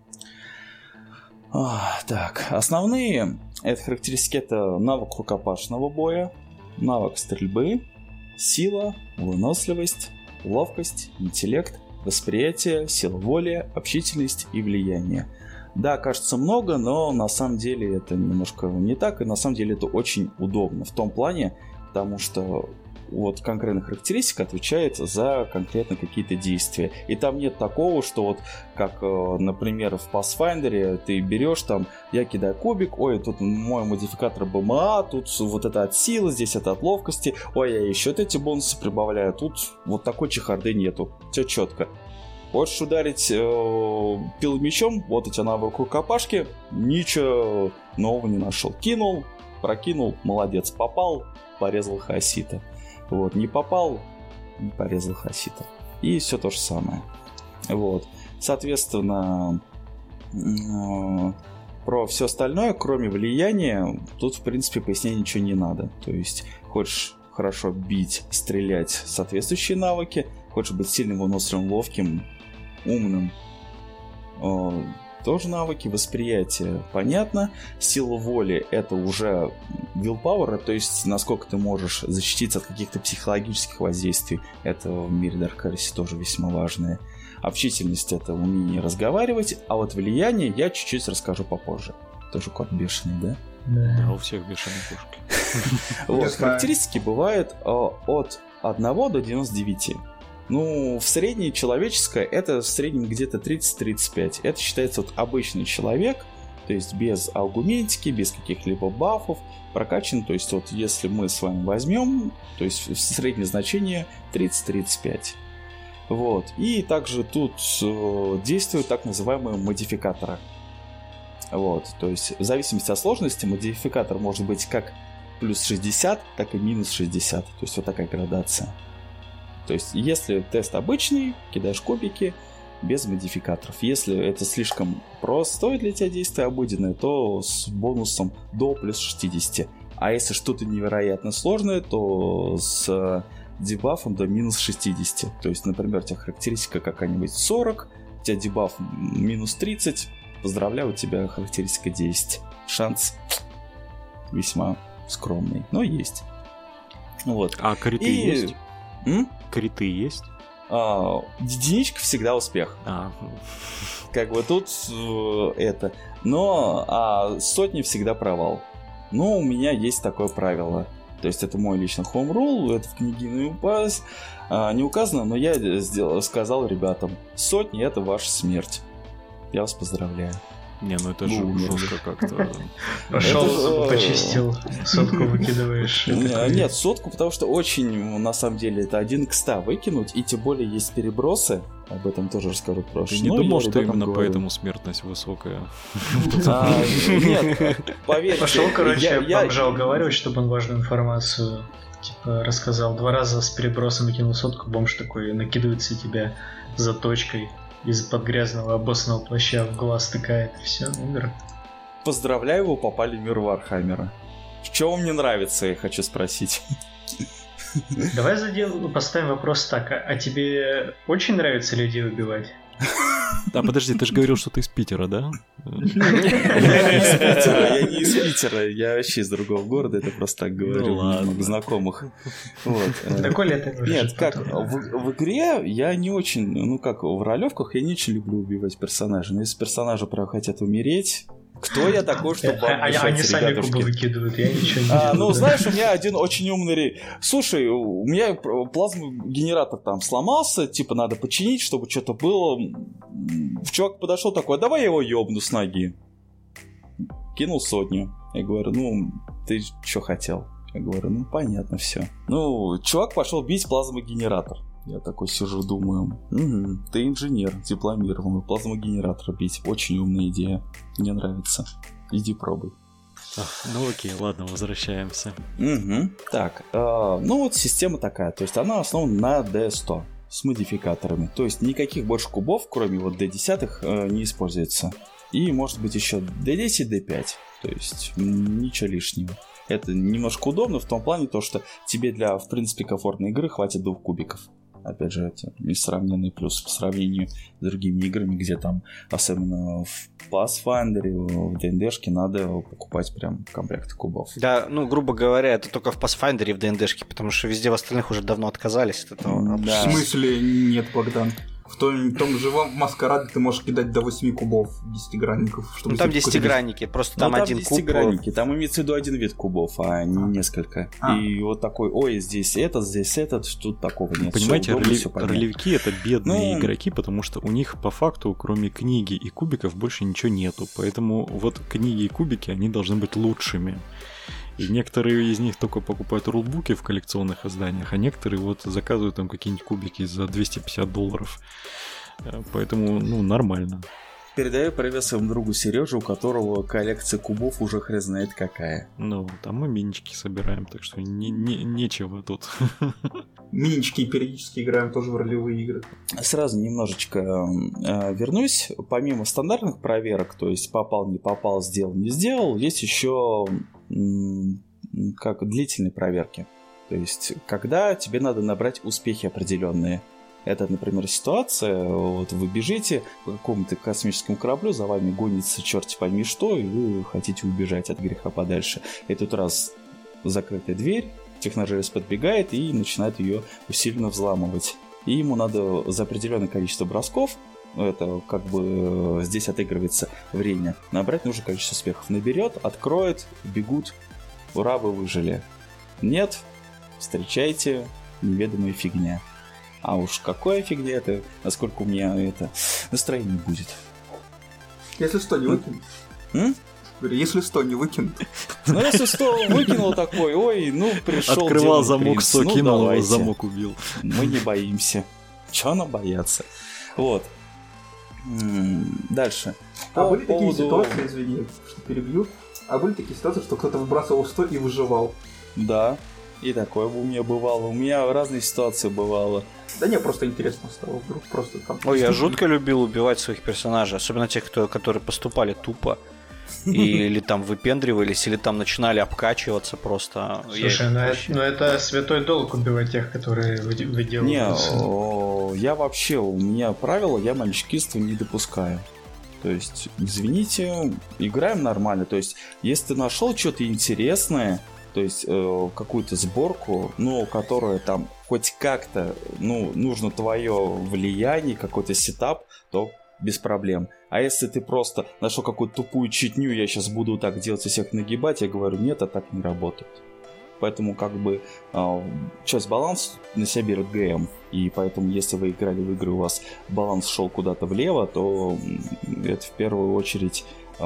так, основные это характеристики: это навык рукопашного боя, навык стрельбы, сила, выносливость, ловкость, интеллект, восприятие, сила воли, общительность и влияние. Да, кажется много, но на самом деле это немножко не так, и на самом деле это очень удобно в том плане, потому что вот конкретная характеристика отвечает за конкретно какие-то действия. И там нет такого, что вот как, например, в Pathfinder ты берешь там, я кидаю кубик, ой, тут мой модификатор БМА, тут вот это от силы, здесь это от ловкости, ой, я еще вот эти бонусы прибавляю, тут вот такой чехарды нету, все четко. Хочешь ударить пилой мечом, вот у тебя навык рукопашки, ничего нового не нашел. Кинул, прокинул, молодец, попал, порезал хаосита. Вот, не попал, не порезал хаосита. И все то же самое. Вот. Соответственно, про все остальное, кроме влияния, тут, в принципе, пояснять ничего не надо. То есть, хочешь хорошо бить, стрелять, соответствующие навыки, хочешь быть сильным, выносливым, ловким, умным, тоже навыки, восприятие, понятно. Сила воли — это уже willpower, то есть насколько ты можешь защититься от каких-то психологических воздействий. Это в мире Dark Heresy тоже весьма важное. Общительность — это умение разговаривать, а вот влияние я чуть-чуть расскажу попозже. Тоже кот бешеный, да? Да, у всех бешеные кошки. Вот, характеристики бывают от 1 до 99. Ну, в среднее человеческое это в среднем где-то 30-35. Это считается вот обычный человек, то есть без аугументики, без каких-либо бафов, прокачан. То есть вот если мы с вами возьмем, то есть среднее значение 30-35. Вот. И также тут действуют так называемые модификаторы. Вот. То есть в зависимости от сложности модификатор может быть как плюс 60, так и минус 60. То есть вот такая градация. То есть, если тест обычный, кидаешь кубики без модификаторов. Если это слишком простое для тебя действие, обыденное, то с бонусом до плюс 60. А если что-то невероятно сложное, то с дебафом до минус 60. То есть, например, у тебя характеристика какая-нибудь 40, у тебя дебаф минус 30, поздравляю, у тебя характеристика 10. Шанс весьма скромный, но есть. Вот. А криты есть? Криты есть? Единичка всегда успех. Как бы тут это. Но сотни всегда провал. Но у меня есть такое правило. То есть это мой личный home rule, это в книге не указано, но я сказал ребятам: сотни — это ваша смерть. Я вас поздравляю. Не, ну это же жестко как-то. Пошел, почистил, сотку выкидываешь. Нет, сотку, потому что очень, на самом деле, это 1 к 100 выкинуть, и тем более есть перебросы, об этом тоже расскажу проще. Ты не думал, что именно поэтому смертность высокая? Нет, поверьте. Пошел, короче, бомжа уговаривать, чтобы он важную информацию типа рассказал. 2 раза с перебросом выкинул сотку, бомж такой накидывается тебя заточкой. Из-под грязного обоссанного плаща в глаз тыкает, и все, умер. Поздравляю, вы попали в мир Вархаммера. Что вам не нравится, я хочу спросить. Давай поставим вопрос так. А тебе очень нравится людей убивать? Да, подожди, ты же говорил, что ты из Питера, да? Я не из Питера, я вообще из другого города, это просто так говорю, много знакомых. Такой лето уже. Нет, как, в игре я не очень, ну как, в ролевках я не очень люблю убивать персонажей, но если персонажи прям хотят умереть... Кто я такой, чтобы вам мешать, они сами кубы выкидывают, я ничего не делаю. Ну, знаешь, у меня один очень умный... Слушай, у меня плазмогенератор там сломался, типа надо починить, чтобы что-то было. Чувак подошел такой: давай я его ёбну с ноги. Кинул 100. Я говорю: ну, ты что хотел? Я говорю: ну, понятно, все. Ну, чувак пошел бить плазмогенератор. Я такой сижу, думаю, ты инженер, дипломированный, плазмогенератор бить. Очень умная идея. Мне нравится. Иди пробуй. Ну окей, ладно, возвращаемся. Так, ну вот система такая. То есть она основана на D100 с модификаторами. То есть никаких больше кубов, кроме вот D10, не используется. И может быть еще D10, D5. То есть ничего лишнего. Это немножко удобно в том плане, то, что тебе для, в принципе, комфортной игры хватит 2 кубиков. Опять же, это несравненный плюс по сравнению с другими играми, где там, особенно в Pathfinder, в D&D-шке надо покупать прям комплекты кубов. Да, ну, грубо говоря, это только в Pathfinder и в D&D-шке, потому что везде в остальных уже давно отказались от этого. Да. В смысле нет, Богдан? В том же Маскараде ты можешь кидать до 8 кубов 10-гранников. Чтобы там 10-гранники, просто там один куб. Там имеется в виду один вид кубов, а не несколько. И вот такой, ой, здесь этот, тут такого нет. Понимаете, ролевики — это бедные игроки, потому что у них по факту, кроме книги и кубиков, больше ничего нету. Поэтому вот книги и кубики, они должны быть лучшими. И некоторые из них только покупают рулбуки в коллекционных изданиях, а некоторые вот заказывают там какие-нибудь кубики за $250. Поэтому, ну, нормально. Передаю привет своему другу Сереже, у которого коллекция кубов уже хрен знает какая. Ну, там мы минички собираем, так что нечего тут. Минички периодически играем тоже в ролевые игры. Сразу немножечко вернусь. Помимо стандартных проверок, то есть попал, не попал, сделал, не сделал, есть еще как длительные проверки. То есть, когда тебе надо набрать успехи определенные. Это, например, ситуация, вот вы бежите по какому-то космическому кораблю, за вами гонится черти пойми что, и вы хотите убежать от греха подальше. И тут раз закрытая дверь, техножрец подбегает и начинает ее усиленно взламывать. И ему надо за определенное количество бросков, это как бы здесь отыгрывается время, набрать нужное количество успехов. Наберет, откроет, бегут, ура, вы выжили. Нет, встречайте, неведомая фигня. А уж какая фигня это, насколько у меня это настроение будет. Если 100 не выкинут. Если 100 не выкинут. Ну, если 100 выкинул такой, ой, ну, пришел. Открывал замок, принц. 100 кинул, замок убил. Мы не боимся. Чего нам бояться? Вот. Дальше. Были такие ситуации, извини, что перебью, были такие ситуации, что кто-то выбрасывал 100 и выживал? Да, и такое у меня бывало. У меня разные ситуации бывало. Да не, просто интересно стало, вдруг просто там... Ой, я жутко любил убивать своих персонажей, особенно тех, которые поступали тупо. Или там выпендривались, или там начинали обкачиваться просто. Слушай, ну это святой долг убивать тех, которые выделываются. Не, я вообще, у меня правило, я мальчикиства не допускаю. То есть, извините, играем нормально. То есть, если ты нашел что-то интересное, то есть какую-то сборку, ну, которая там хоть как-то, ну, нужно твое влияние, какой-то сетап, то без проблем. А если ты просто нашел какую-то тупую читню, я сейчас буду так делать и всех нагибать, я говорю, нет, а так не работает. Поэтому как бы часть баланс на себя берет ГМ. И поэтому если вы играли в игры, у вас баланс шел куда-то влево, то это в первую очередь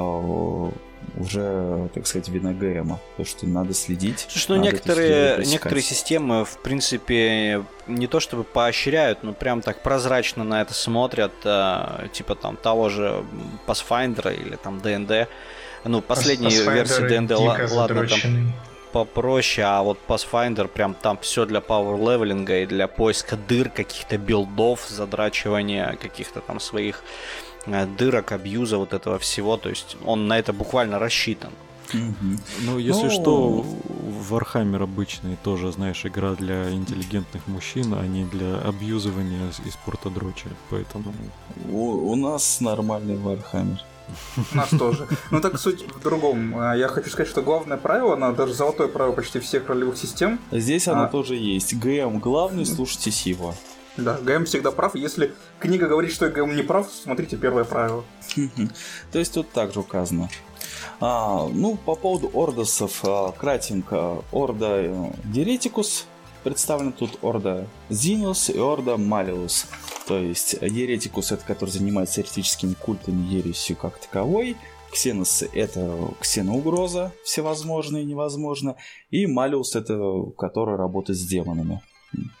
уже, так сказать, вина ГМа. Потому что надо следить. Слушай, ну некоторые системы, в принципе, не то чтобы поощряют, но прям так прозрачно на это смотрят, типа там того же Pathfinder или там D&D. Ну, последние версии D&D, ладно, там попроще, а вот Pathfinder прям там все для пауэр-левелинга и для поиска дыр, каких-то билдов, задрачивания каких-то там своих дырок, абьюза, вот этого всего, то есть он на это буквально рассчитан. Ну, если что, Warhammer обычный тоже, знаешь, игра для интеллигентных мужчин, а не для абьюзывания и спорта дрочи, поэтому... У нас нормальный Warhammer. У нас тоже. Ну так суть в другом. Я хочу сказать, что главное правило, оно даже золотое правило почти всех ролевых систем. Здесь оно тоже есть. ГМ главный, слушайтесь его. Да, ГМ всегда прав. Если книга говорит, что ГМ не прав, смотрите первое правило. То есть тут также указано. Ну, по поводу ордосов, кратенько. Орда Еретикус. Представлена тут Орда Зиниус и Орда Малиус. То есть Еретикус — это который занимается еретическими культами, ересью как таковой. Ксенос — это ксеноугроза, всевозможная и невозможно. И Малиус — это который работает с демонами.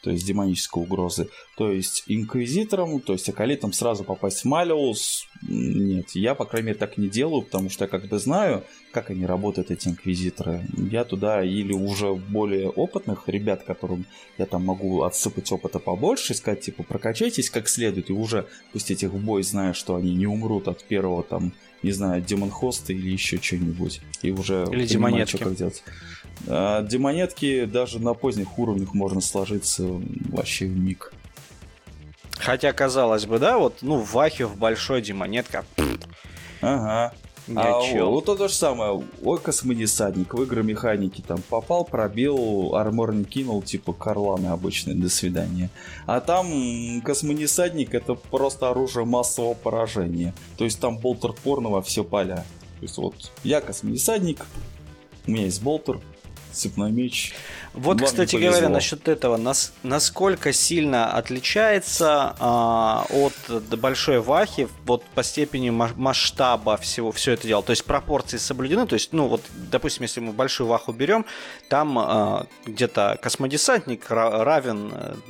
то есть демонической угрозы. То есть инквизитором, то есть акалитом сразу попасть в Малиус, нет, я, по крайней мере, так не делаю, потому что я как бы знаю, как они работают, эти инквизиторы. Я туда или уже более опытных ребят, которым я там могу отсыпать опыта побольше, сказать, типа, прокачайтесь как следует, и уже пустить их в бой, зная, что они не умрут от первого, там, не знаю, демон-хоста или еще что-нибудь. И уже или понимать, демонетки. что как делать. Демонетки даже на поздних уровнях можно сложиться вообще в миг. Хотя, казалось бы, да, вот, ну, в Вахе, в большой демонетка. Ага. Чел. Вот то же самое. Ой, космодесантник в игры механики там попал, пробил, армор не кинул, типа Карланы обычные, до свидания. А там космодесантник — это просто оружие массового поражения. То есть там болтер порно во все поля. То есть вот я космодесантник, у меня есть болтер, цепной меч. Вот, Вам кстати не повезло. говоря, насчет этого, насколько сильно отличается от большой Вахи вот по степени масштаба всего все это дело, то есть пропорции соблюдены, то есть, ну вот, допустим, если мы большую Ваху берем, там где-то космодесантник равен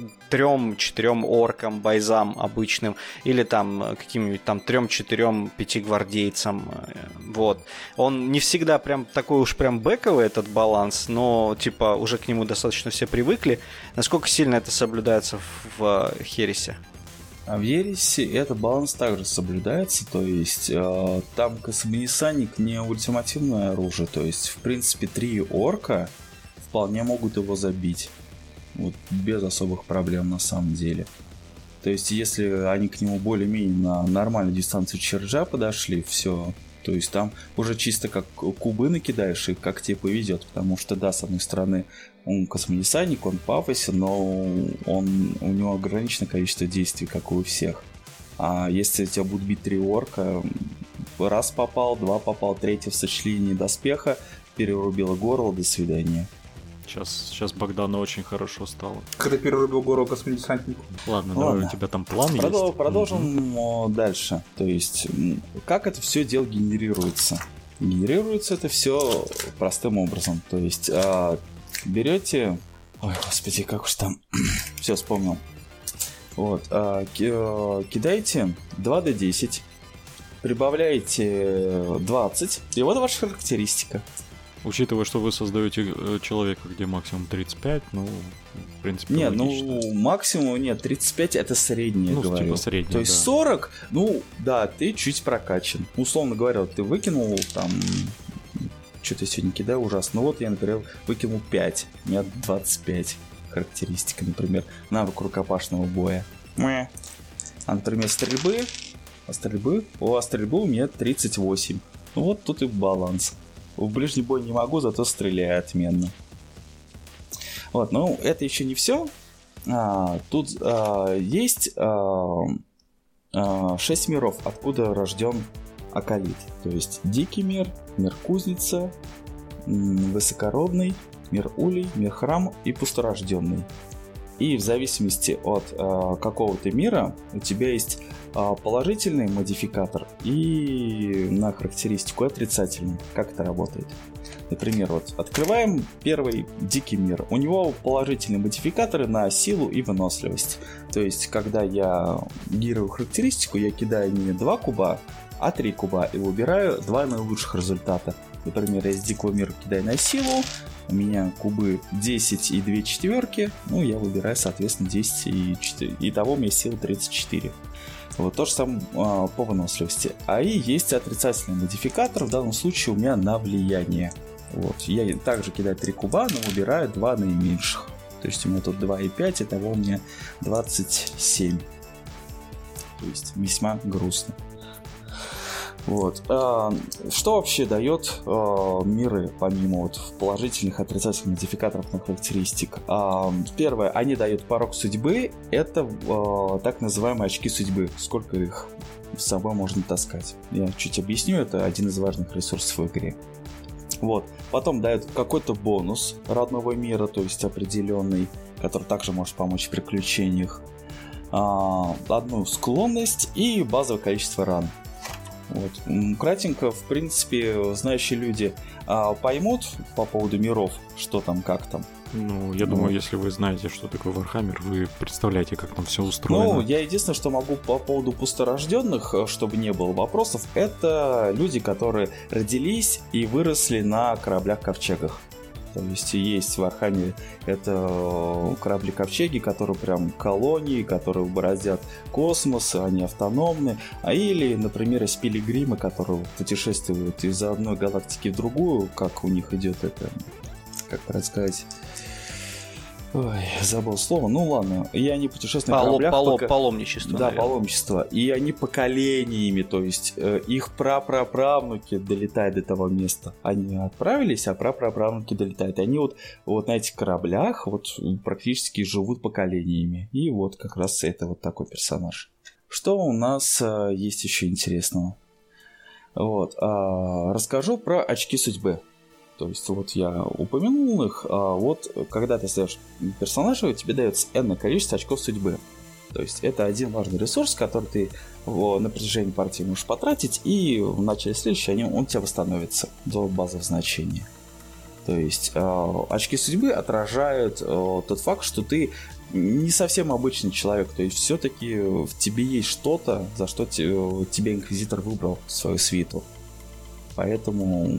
3-4 оркам, бойзам обычным, или там каким-нибудь там 3-4-5 гвардейцам, вот. Он не всегда прям такой уж прям бэковый этот баланс, но типа уже к нему достаточно все привыкли. Насколько сильно это соблюдается в Хересе? А в Ересе этот баланс также соблюдается, то есть там космодесантник не ультимативное оружие, то есть в принципе 3 орка вполне могут его забить, вот, без особых проблем на самом деле. То есть если они к нему более-менее на нормальную дистанцию чержа подошли, все. То есть там уже чисто как кубы накидаешь и как тебе повезет. Потому что, да, с одной стороны, он космодесантник, он пафосен, но у него ограниченное количество действий, как и у всех. А если тебя будут бить 3 орка, раз попал, 2 попал, 3 в сочленении доспеха, перерубило горло, до свидания. Сейчас Богдану очень хорошо стало. Когда перерубил горло космодесантнику. Ладно, давай, у тебя там план есть. Продолжим дальше. То есть, как это все дело генерируется? Генерируется это все простым образом. То есть, берете... Ой, господи, как уж там... Все, вспомнил. Вот. Кидаете 2d10, прибавляете 20, и вот ваша характеристика. Учитывая, что вы создаете человека, где максимум 35, ну, в принципе, нет, логично. ну, максимум, нет, 35 это среднее, ну, говорю. Типа среднее, то есть да. 40, ну, да, ты чуть прокачан. Условно говоря, вот ты выкинул там, что-то сегодня кидаю ужасно. Ну вот я, например, выкинул 5, у меня 25 характеристика, например, навык рукопашного боя. А, например, стрельбы у меня 38. Ну вот тут и баланс. В ближний бой не могу, зато стреляю отменно. Вот, ну это еще не все. Тут есть 6 миров, откуда рожден Акалит. То есть Дикий мир, мир Кузница, Высокородный, мир Улей, мир Храм и Пусторожденный. И в зависимости от какого-то мира у тебя есть положительный модификатор и на характеристику отрицательный. Как это работает? Например, вот открываем первый Дикий мир. У него положительные модификаторы на силу и выносливость. То есть, когда я гирую характеристику, я кидаю не 2 куба, а 3 куба и выбираю 2 наилучших результата. Например, я с Дикого мира кидаю на силу, у меня кубы 10 и 2 четверки, ну, я выбираю, соответственно, 10 и 4. Итого у меня сила 34. Вот то же самое по выносливости. А и есть отрицательный модификатор, в данном случае у меня на влияние. Вот. Я также кидаю 3 куба, но выбираю 2 наименьших. То есть у меня тут 2 и 5, итого у меня 27. То есть весьма грустно. Вот. Что вообще дает миры, помимо вот положительных и отрицательных модификаторов на характеристик? Первое, они дают порог судьбы, это так называемые очки судьбы. Сколько их с собой можно таскать? Я чуть объясню, это один из важных ресурсов в игре. Вот. Потом дают какой-то бонус родного мира, то есть определенный, который также может помочь в приключениях. Одну склонность и базовое количество ран. Вот. Кратенько, в принципе, знающие люди поймут по поводу миров, что там, как там. Ну, я думаю, если вы знаете, что такое Warhammer, вы представляете, как там все устроено. Ну, я единственное, что могу по поводу пусторожденных, чтобы не было вопросов, это люди, которые родились и выросли на кораблях-ковчегах. То есть в Warhammer это корабли-ковчеги, которые прям колонии, которые бороздят космос, они автономны. Или, например, есть пилигримы, которые путешествуют из одной галактики в другую, как у них идет это, как правильно сказать... Ой, забыл слово. Ну ладно, и они путешествуют на кораблях. Паломничество. Да, наверное. паломничество. И они поколениями, то есть их прапраправнуки долетают до того места. Они отправились, а прапраправнуки долетают. Они вот на этих кораблях вот практически живут поколениями. И вот как раз это вот такой персонаж. Что у нас есть еще интересного? Вот, расскажу про очки судьбы. То есть вот я упомянул их, вот когда ты ставишь персонажа, тебе дается энное количество очков судьбы. То есть это один важный ресурс, который ты на протяжении партии можешь потратить, и в начале следующей он у тебя восстановится до базового значения. То есть очки судьбы отражают тот факт, что ты не совсем обычный человек, то есть все-таки в тебе есть что-то, за что тебя Инквизитор выбрал в свою свиту. Поэтому...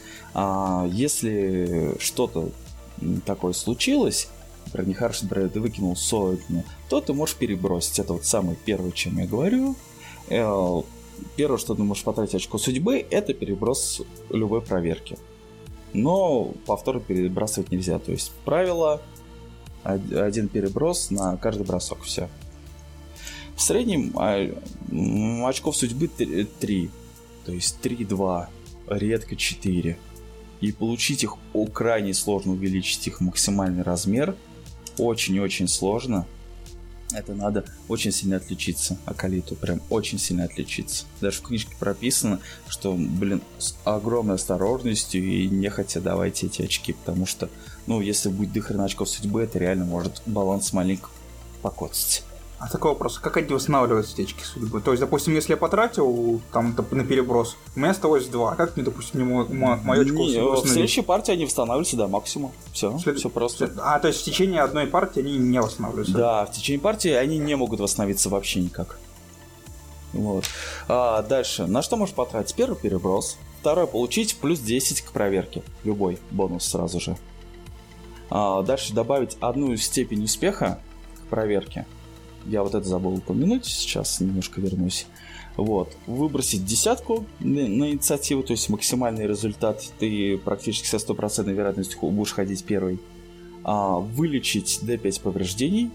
если что-то такое случилось, например, нехороший, например, ты выкинул сотню, то ты можешь перебросить. Это вот самое первое, чем я говорю. Первое, что ты можешь потратить очко судьбы, это переброс любой проверки. Но повторно перебрасывать нельзя. То есть правило один переброс на каждый бросок. Все. В среднем очков судьбы 3. То есть 3-2, редко 4. И получить их крайне сложно, увеличить их максимальный размер. Очень-очень сложно. Это надо очень сильно отличиться. Акалиту прям очень сильно отличиться. Даже в книжке прописано, что, с огромной осторожностью и нехотя давайте эти очки. Потому что, если будет до хрена очков судьбы, это реально может баланс маленько покоцать. А такой вопрос, как они восстанавливаются, эти очки судьбы? То есть, допустим, если я потратил там на переброс, у меня осталось 2. Как мне, допустим, мое очко судьбы в следующей партии они восстанавливаются до максимума. Все просто. То есть в течение одной партии они не восстанавливаются? Да, в течение партии они не могут восстановиться вообще никак. Вот. Дальше. На что можешь потратить? Первый переброс. Второй получить плюс 10 к проверке. Любой бонус сразу же. Дальше добавить 1 степень успеха к проверке. Я вот это забыл упомянуть, сейчас немножко вернусь. Вот. Выбросить 10 на инициативу, то есть максимальный результат. Ты практически со 100% вероятностью будешь ходить первый. Вылечить D5 повреждений.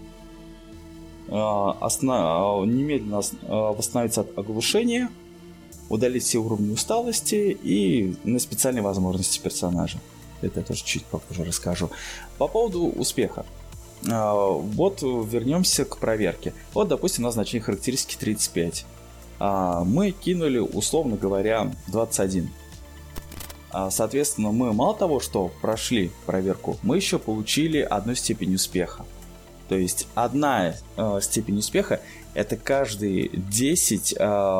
Немедленно восстановиться от оглушения. Удалить все уровни усталости и на специальные возможности персонажа. Это я тоже чуть попозже расскажу. По поводу успеха. Вот вернемся к проверке. Вот, допустим, у нас значение характеристики 35. Мы кинули, условно говоря, 21. Соответственно, мы мало того, что прошли проверку, мы еще получили 1 степень успеха. То есть 1 степень успеха — это каждые 10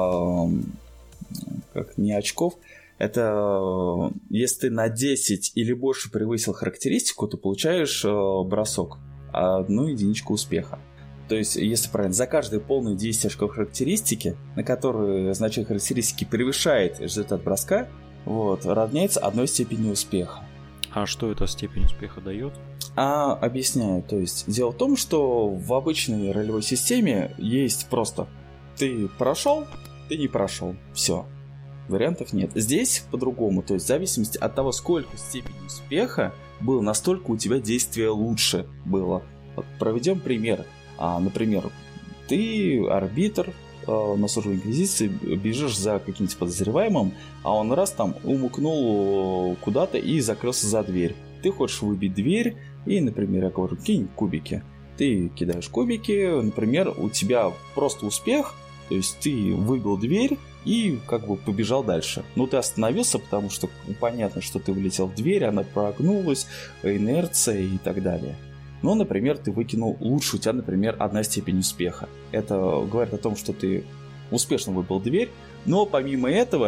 не очков. Это если ты на 10 или больше превысил характеристику, то получаешь бросок. 1 единичку успеха. То есть, если правильно, за каждые полные 10 очков характеристики, на которые значение характеристики превышает результат броска, равняется 1 степени успеха. А что эта степень успеха дает? Объясняю. То есть, дело в том, что в обычной ролевой системе есть просто ты прошел, ты не прошел. Все. Вариантов нет. Здесь по-другому. То есть, в зависимости от того, сколько степени успеха было, настолько у тебя действие лучше было. Вот проведем пример. Например, ты арбитр на службе инквизиции, бежишь за каким-то подозреваемым, а он раз там умыкнул куда-то и закрылся за дверь. Ты хочешь выбить дверь и, например, я говорю, кинь кубики. Ты кидаешь кубики, например, у тебя просто успех, то есть ты выбил дверь и побежал дальше. Ты остановился, потому что понятно, что ты влетел в дверь, она прогнулась, инерция и так далее. Например, ты выкинул лучше, у тебя, например, 1 степень успеха. Это говорит о том, что ты успешно выбил дверь, но помимо этого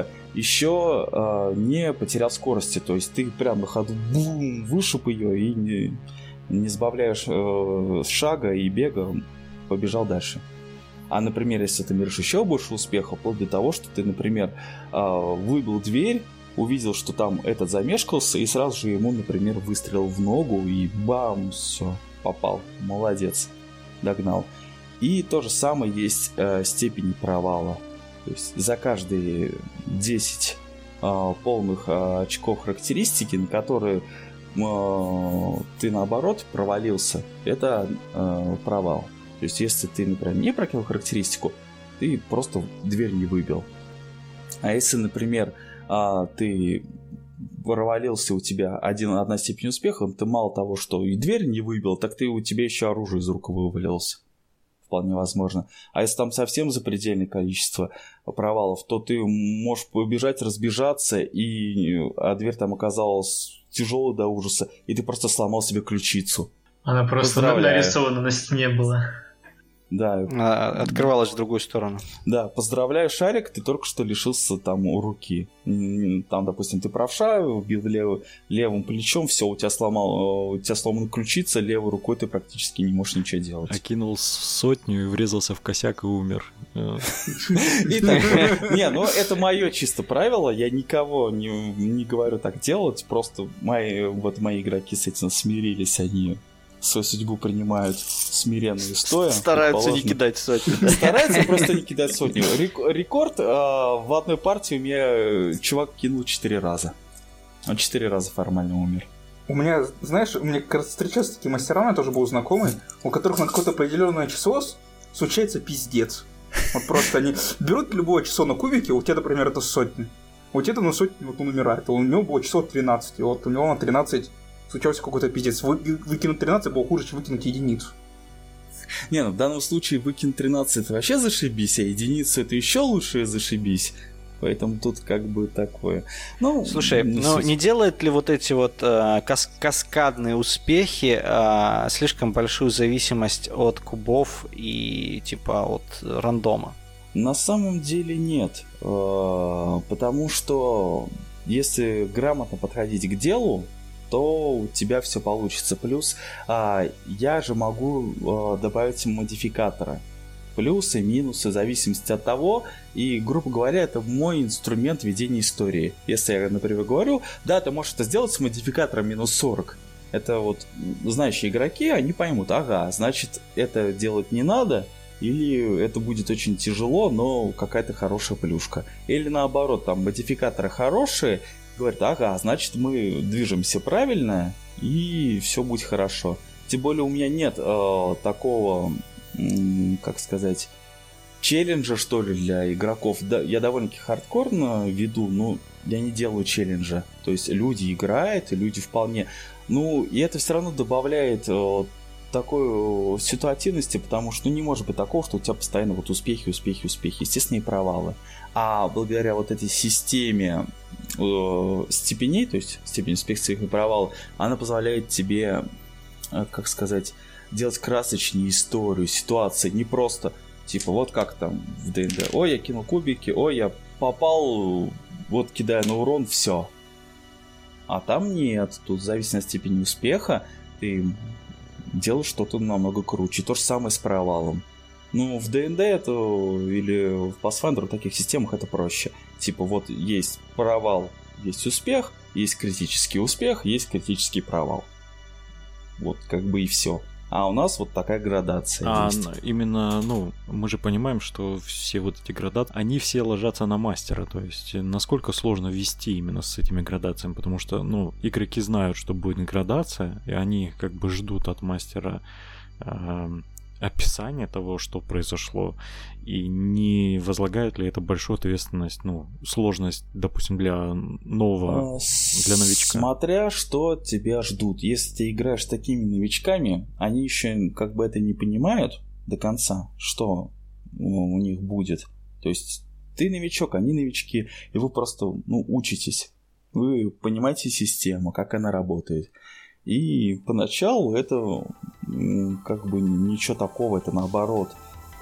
еще не потерял скорости. То есть ты прям на ходу вышиб ее и не сбавляешь шага и бега, побежал дальше. А, например, если ты меришь еще больше успеха, вплоть до того, что ты, например, выбил дверь, увидел, что там этот замешкался, и сразу же ему, например, выстрелил в ногу, и бам, все, попал. Молодец, догнал. И то же самое есть степень провала. То есть за каждые 10 полных очков характеристики, на которые ты, наоборот, провалился, это провал. То есть если ты, например, не прокинул характеристику, ты просто дверь не выбил. А если, например, ты провалился, у тебя одна степень успеха, ты мало того, что и дверь не выбил, так у тебя еще оружие из рук вывалилось. Вполне возможно. А если там совсем запредельное количество провалов, то ты можешь побежать, разбежаться, а дверь там оказалась тяжелой до ужаса, и ты просто сломал себе ключицу. Она просто нарисована на стене была. Да. Открывалась в другую сторону. Да, поздравляю, Шарик, ты только что лишился там руки. Там, допустим, ты правша, бил левым плечом, все, у тебя сломана ключица, левой рукой ты практически не можешь ничего делать. Окинул 100 и врезался в косяк и умер. Не, ну это мое чисто правило, я никого не говорю так делать, просто мои игроки с этим смирились, они свою судьбу принимают смиренно и стоя. Стараются не кидать сотню. Стараются просто не кидать сотню. Рекорд в одной партии у меня чувак кинул 4 раза. Он 4 раза формально умер. У меня, знаешь, как раз встречаются такие мастера, у меня тоже был знакомый, у которых на какое-то определенное число случается пиздец. Вот просто они берут любое число на кубике, у тебя, например, это сотня. У тебя на сотню он умирает. У него было число 13, и вот у него на 13 случался какой-то пиздец. Выкинуть 13 было хуже, чем выкинуть единицу. Не, ну в данном случае выкинуть 13 это вообще зашибись, а единицу это еще лучше зашибись. Поэтому тут как бы такое. Ну, слушай, не делает ли вот эти вот каскадные успехи слишком большую зависимость от кубов и типа от рандома? На самом деле нет. Потому что если грамотно подходить к делу, то у тебя все получится. Плюс я же могу добавить модификаторы. Плюсы, минусы, в зависимости от того. И, грубо говоря, это мой инструмент ведения истории. Если я, например, говорю, да, ты можешь это сделать с модификатором минус 40. Это вот знающие игроки, они поймут, ага, значит, это делать не надо, или это будет очень тяжело, но какая-то хорошая плюшка. Или наоборот, там модификаторы хорошие, говорят, ага, значит, мы движемся правильно, и все будет хорошо. Тем более у меня нет такого, как сказать, челленджа, что ли, для игроков. Да, я довольно-таки хардкорно веду, но я не делаю челленджа. То есть люди играют, и люди вполне... Ну, и это все равно добавляет такой ситуативности, потому что не может быть такого, что у тебя постоянно вот успехи, естественно, и провалы. А благодаря вот этой системе степеней, то есть степень успеха и провала, она позволяет тебе, как сказать, делать красочнее историю, ситуации, не просто типа вот как там в ДНД, ой, я кинул кубики, ой, я попал, вот кидаю на урон, все. А там нет, тут в зависимости от степени успеха ты делаешь что-то намного круче. То же самое с провалом. Ну, в ДНД это или в Pathfinder, в таких системах это проще. Типа вот есть провал, есть успех, есть критический успех, есть критический провал. Вот как бы и все. А у нас вот такая градация есть. Именно, мы же понимаем, что все вот эти градации, они все ложатся на мастера. То есть, насколько сложно вести именно с этими градациями, потому что, игроки знают, что будет градация, и они как бы ждут от мастера описание того, что произошло, и не возлагают ли это большую ответственность, сложность, допустим, для нового, для новичка? Смотря что тебя ждут. Если ты играешь с такими новичками, они еще как бы это не понимают до конца, что у них будет. То есть ты новичок, они новички, и вы просто учитесь. Вы понимаете систему, как она работает. И поначалу это как бы ничего такого, это наоборот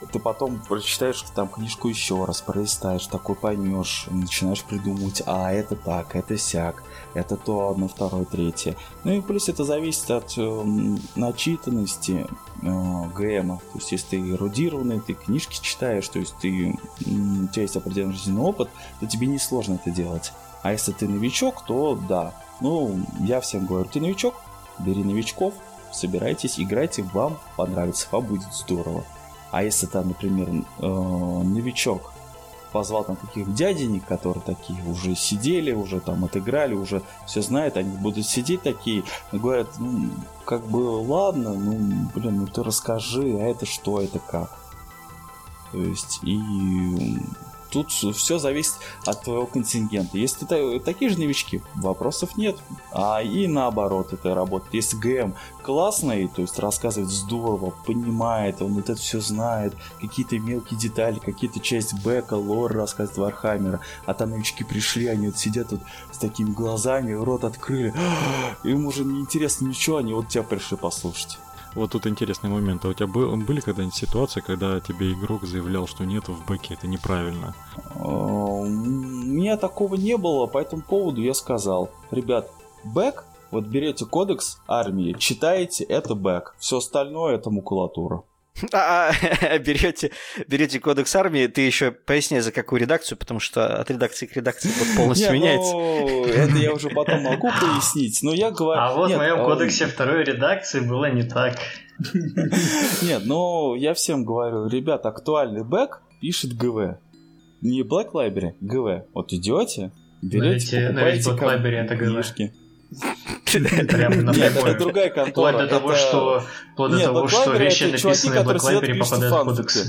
ты потом прочитаешь там книжку еще раз, пролистаешь, такой поймешь, начинаешь придумывать, а это так, это сяк, это то, одно, второе, третье. Ну и плюс это зависит от начитанности ГМа. То есть если ты эрудированный, ты книжки читаешь, то есть у тебя есть определенный жизненный опыт, то тебе несложно это делать. А если ты новичок, то да. Ну, я всем говорю, ты новичок, бери новичков, собирайтесь, играйте, вам понравится, вам будет здорово. А если там, например, новичок позвал там каких-то дяденек, которые такие уже сидели, уже там отыграли, уже все знают, они будут сидеть такие, говорят, ну, как бы, ладно, ну, блин, ну ты расскажи, а это что, это как? То есть, и тут все зависит от твоего контингента. Если ты такие же новички, вопросов нет. А и наоборот это работает. Если ГМ классный, то есть рассказывает здорово, понимает, он вот это все знает, какие-то мелкие детали, какие-то часть бэка, лор рассказывает Вархаммера, а там новички пришли, они вот сидят тут с такими глазами, рот открыли, им уже не интересно ничего, они вот тебя пришли послушать. Вот тут интересный момент. А у тебя были когда-нибудь ситуации, когда тебе игрок заявлял, что нет в бэке, это неправильно? У меня такого не было, по этому поводу я сказал, ребят, бэк, вот берете кодекс армии, читаете, это бэк, все остальное это макулатура. Берете кодекс армии, ты еще поясни, за какую редакцию, потому что от редакции к редакции полностью меняется. Ну, это я уже потом могу пояснить, но я говорю... А вот в моем кодексе второй редакции было не так. Нет, ну я всем говорю, ребят, актуальный бэк пишет ГВ. Не Black Library, ГВ. Вот идете, берете, покупаете книжки. Нет, это другая контора. Вплоть до того, что вещи, написанные в Black Library, попадают в кодексы.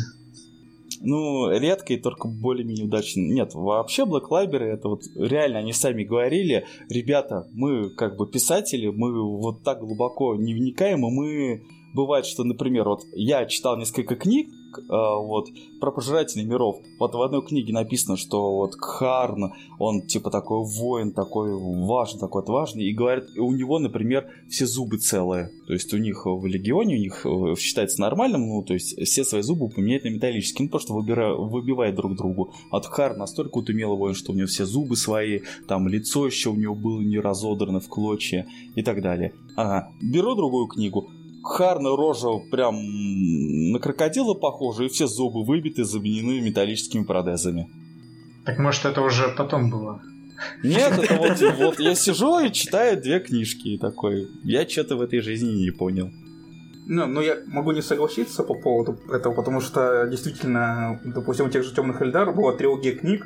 Ну, редко и только более-менее удачно. Нет, вообще Black Library, это вот реально они сами говорили, ребята, мы как бы писатели, мы вот так глубоко не вникаем, и мы... Бывает, что, например, вот я читал несколько книг вот, про пожирателей миров. Вот в одной книге написано, что вот Кхарн, он типа такой воин, такой важный, такой отважный, и говорит, у него, например, все зубы целые. То есть у них в Легионе, у них считается нормальным, ну, то есть все свои зубы поменяют на металлические, ну, просто выбивает друг другу. А вот Кхарн настолько вот умелый воин, что у него все зубы свои, там лицо еще у него было не разодрано в клочья и так далее. Ага, беру другую книгу. Харна рожа прям на крокодила похожа, и все зубы выбиты, заменены металлическими протезами. Так может это уже потом было? Нет, это вот я сижу и читаю две книжки и такой, я что-то в этой жизни не понял. Ну, я могу не согласиться по поводу этого, потому что действительно, допустим, у тех же Темных Эльдар была трилогия книг,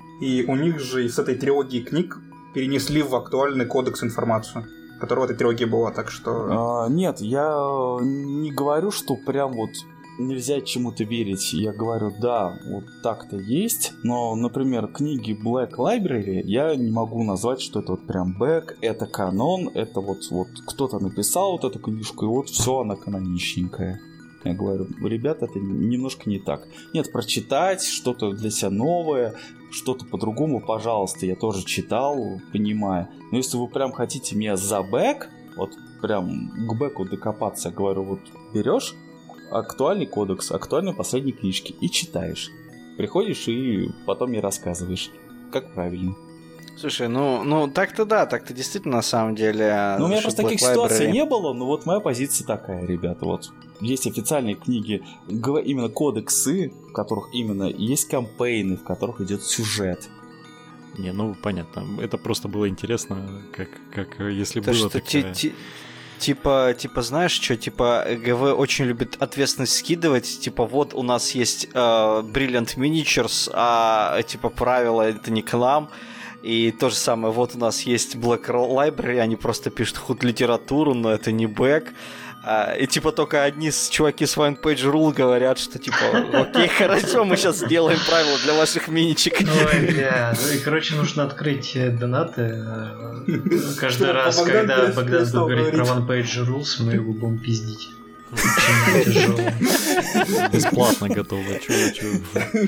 и у них же из этой трилогии книг перенесли в актуальный кодекс информацию, которая в этой трилогии была, так что... Нет, я не говорю, что прям вот нельзя чему-то верить. Я говорю, да, вот так-то есть, но, например, книги Black Library я не могу назвать, что это вот прям бэк, это канон, это вот кто-то написал вот эту книжку, и вот все, она каноничненькая. Я говорю, ребята, это немножко не так. Нет, прочитать что-то для себя новое, что-то по-другому, пожалуйста, я тоже читал, понимаю. Но если вы прям хотите меня за бэк, вот прям к бэку докопаться, я говорю, вот берешь актуальный кодекс, актуальные последние книжки и читаешь. Приходишь и потом мне рассказываешь, как правильно. Слушай, ну так-то да, так-то действительно на самом деле... Ну, у меня просто таких ситуаций не было, но вот моя позиция такая, ребята, вот. Есть официальные книги, именно кодексы, в которых именно есть кампейны, в которых идет сюжет. Не, ну понятно, это просто было интересно, как если то, было что такое... Типа, знаешь что, типа, ГВ очень любит ответственность скидывать, типа, вот у нас есть Brilliant Miniatures, а, типа, правила это не к нам, и то же самое, вот у нас есть Black Library, они просто пишут худ-литературу, но это не бэк, и, типа, только одни чуваки с One Page Rule говорят, что, типа, окей, хорошо, мы сейчас сделаем правила для ваших миничек. Ой, бля, ну и, короче, нужно открыть донаты. Каждый раз, когда Богдан будет говорить про One Page Rules, мы его будем пиздить. Очень тяжело. Бесплатно готово. Чё?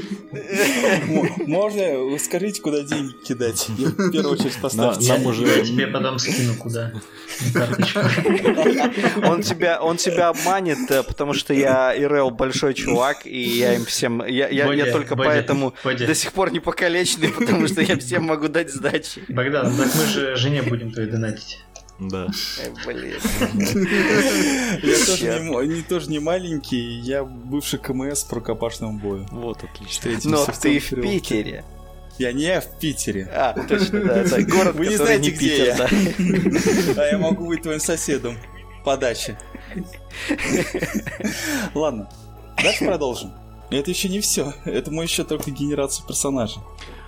Можно, скажите, куда деньги кидать? Я в первую очередь поставьте. Я тебе потом скину куда. Карточку. Он тебя обманет, потому что я ИРЛ большой чувак, и я им всем... Я только поэтому до сих пор не покалеченный, потому что я всем могу дать сдачи. Богдан, так мы же жене будем твоей донатить. Да. Блин. Я тоже не маленький, я бывший КМС по рукопашному бою. Вот, отлично. Но ты в Питере. Я не в Питере. Точно, да. Это город, вы не который знаете, не где Питер, я. да. А я могу быть твоим соседом по даче. Ладно, дальше продолжим. Это еще не все. Это мы еще только генерацию персонажей.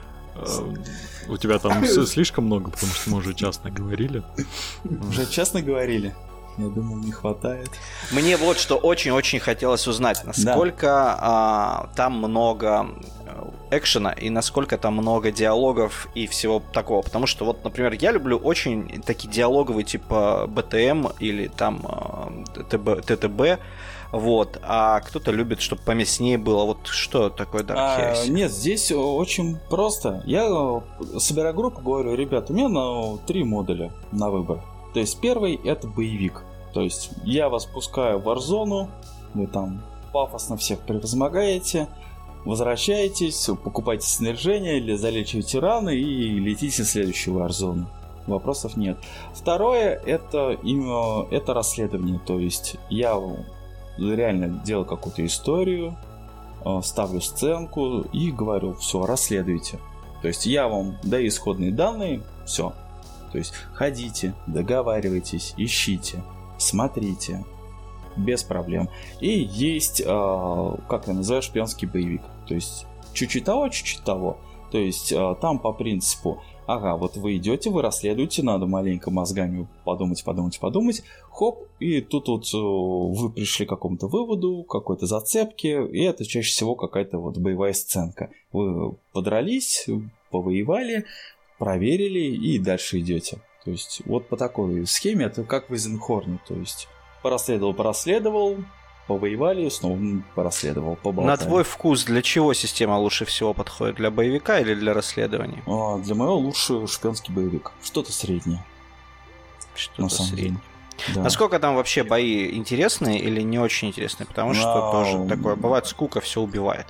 У тебя там слишком много, потому что мы уже часто говорили. Уже часто говорили? Я думал, не хватает. Мне вот что очень-очень хотелось узнать, насколько там много экшена и насколько там много диалогов и всего такого. Потому что вот, например, я люблю очень такие диалоговые типа БТМ или там ТТБ. Вот, а кто-то любит, чтобы поместнее было. Вот что такое Dark Heresy? Нет, здесь очень просто. Я собираю группу, говорю, ребят, у меня 3 модуля на выбор. То есть первый это боевик. То есть я вас пускаю в Warzone, вы там пафосно всех превозмогаете, возвращаетесь, покупаете снаряжение или залечиваете раны и летите в следующую Warzone. Вопросов нет. Второе это расследование. То есть я реально делаю какую-то историю, ставлю сценку и говорю, все, расследуйте. То есть я вам даю исходные данные, все. То есть ходите, договаривайтесь, ищите, смотрите, без проблем. И есть, как я называю, шпионский боевик. То есть чуть-чуть того. То есть там по принципу, вот вы идете, вы расследуете, надо маленько мозгами подумать, хоп, и тут вот вы пришли к какому-то выводу, какой-то зацепке, и это чаще всего какая-то вот боевая сценка. Вы подрались, повоевали, проверили и дальше идете. То есть вот по такой схеме это как в Эйзенхорне, то есть порасследовал, повоевали, снова порасследовал, поболтали. На твой вкус для чего система лучше всего подходит? Для боевика или для расследования? Для моего лучше шпионский боевик. Что-то среднее. Что-то среднее. Да. Насколько там вообще бои интересные или не очень интересные? Потому что тоже такое бывает, скука все убивает.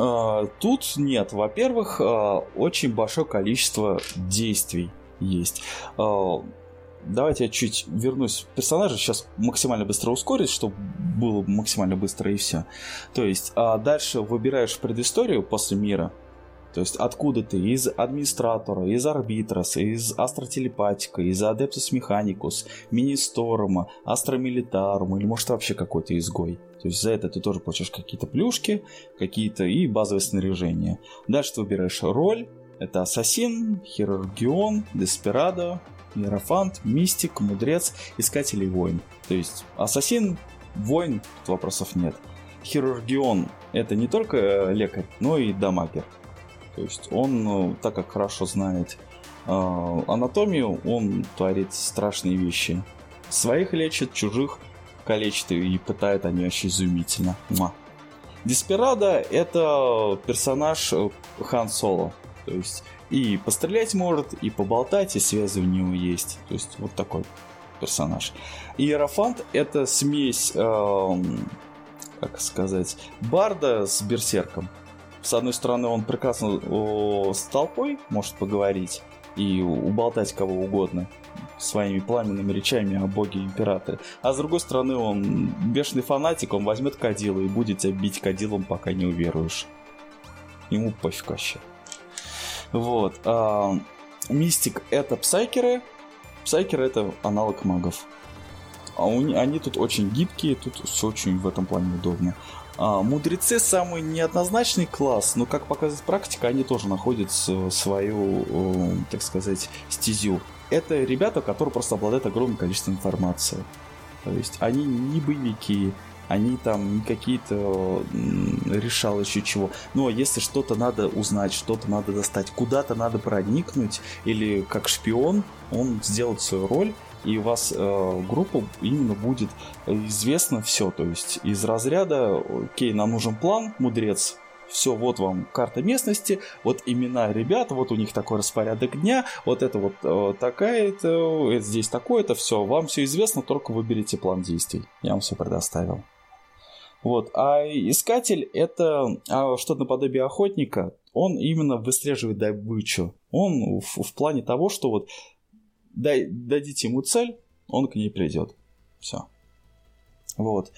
Тут нет. Во-первых, очень большое количество действий есть. Давайте я чуть вернусь в персонажа. Сейчас максимально быстро ускорить, чтобы было максимально быстро и все. То есть дальше выбираешь предысторию после мира. То есть откуда ты? Из администратора, из арбитрос, из астротелепатика, из адептус механикус, министорма, астромилитарум, или может вообще какой-то изгой. То есть за это ты тоже получаешь какие-то плюшки, какие-то и базовое снаряжение. Дальше ты выбираешь роль. Это ассасин, хирургион, деспирадо, иерофант, мистик, мудрец, искатель и воин. То есть ассасин, воин, тут вопросов нет. Хирургион это не только лекарь, но и дамагер. То есть он, так как хорошо знает анатомию, он творит страшные вещи. Своих лечит, чужих калечит и пытает они очень изумительно. Деспирадо это персонаж Хан Соло. То есть и пострелять может, и поболтать, и связи у него есть. То есть вот такой персонаж. Иерофант это смесь, как сказать, барда с берсерком. С одной стороны, он прекрасно с толпой может поговорить и уболтать кого угодно своими пламенными речами о боге императоре. А с другой стороны, он бешеный фанатик, он возьмет кадило и будет тебя бить кадилом, пока не уверуешь. Ему пофиг вообще. Вот. Мистик это псайкеры. Псайкеры это аналог магов. Они тут очень гибкие, тут все очень в этом плане удобно. Мудрецы самый неоднозначный класс, но, как показывает практика, они тоже находят свою, так сказать, стезю. Это ребята, которые просто обладают огромным количеством информации. То есть они не боевики, они там не какие-то решалочи чего. Но если что-то надо узнать, что-то надо достать, куда-то надо проникнуть, или как шпион, он сделает свою роль и у вас группа именно будет известно все. То есть из разряда, окей, нам нужен план, мудрец, все, вот вам карта местности, вот имена ребят, вот у них такой распорядок дня, вот это вот такая-то, это здесь такое-то, все, вам все известно, только выберите план действий. Я вам все предоставил. Вот. А искатель — это что-то наподобие охотника. Он именно выслеживает добычу. Он в плане того, что вот дадите ему цель, он к ней придет. Все. Вот.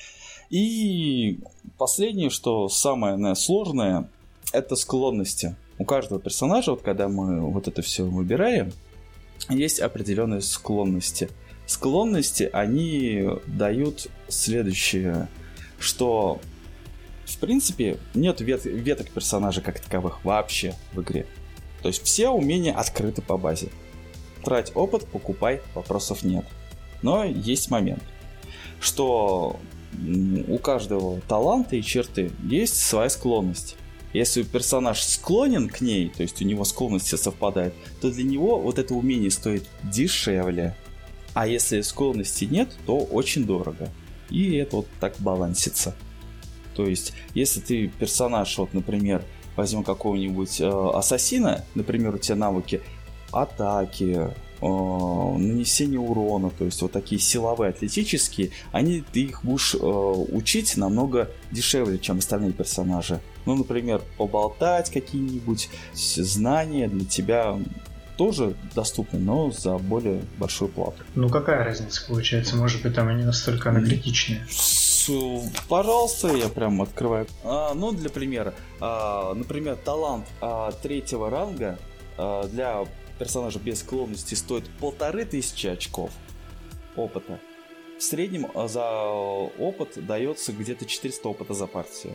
И последнее, что самое, наверное, сложное, это склонности. У каждого персонажа, вот когда мы вот это все выбираем, есть определенные склонности. Склонности, они дают следующее, что в принципе нет веток персонажа как таковых вообще в игре. То есть все умения открыты по базе. Трать опыт, покупай, вопросов нет. Но есть момент, что у каждого таланта и черты есть своя склонность. Если персонаж склонен к ней, то есть у него склонности совпадают, то для него вот это умение стоит дешевле. А если склонности нет, то очень дорого. И это вот так балансится. То есть, если ты персонаж, вот, например, возьмем какого-нибудь ассасина, например, у тебя навыки атаки, нанесение урона, то есть вот такие силовые, атлетические, ты их будешь учить намного дешевле, чем остальные персонажи. Ну, например, поболтать какие-нибудь знания для тебя тоже доступны, но за более большую плату. Ну, какая разница получается? Может быть, там они настолько критичные? Пожалуйста, я прям открываю. Ну, для примера. Например, талант 3-го ранга для персонажа без склонности стоит 1500 очков опыта. В среднем за опыт дается где-то 400 опыта за партию.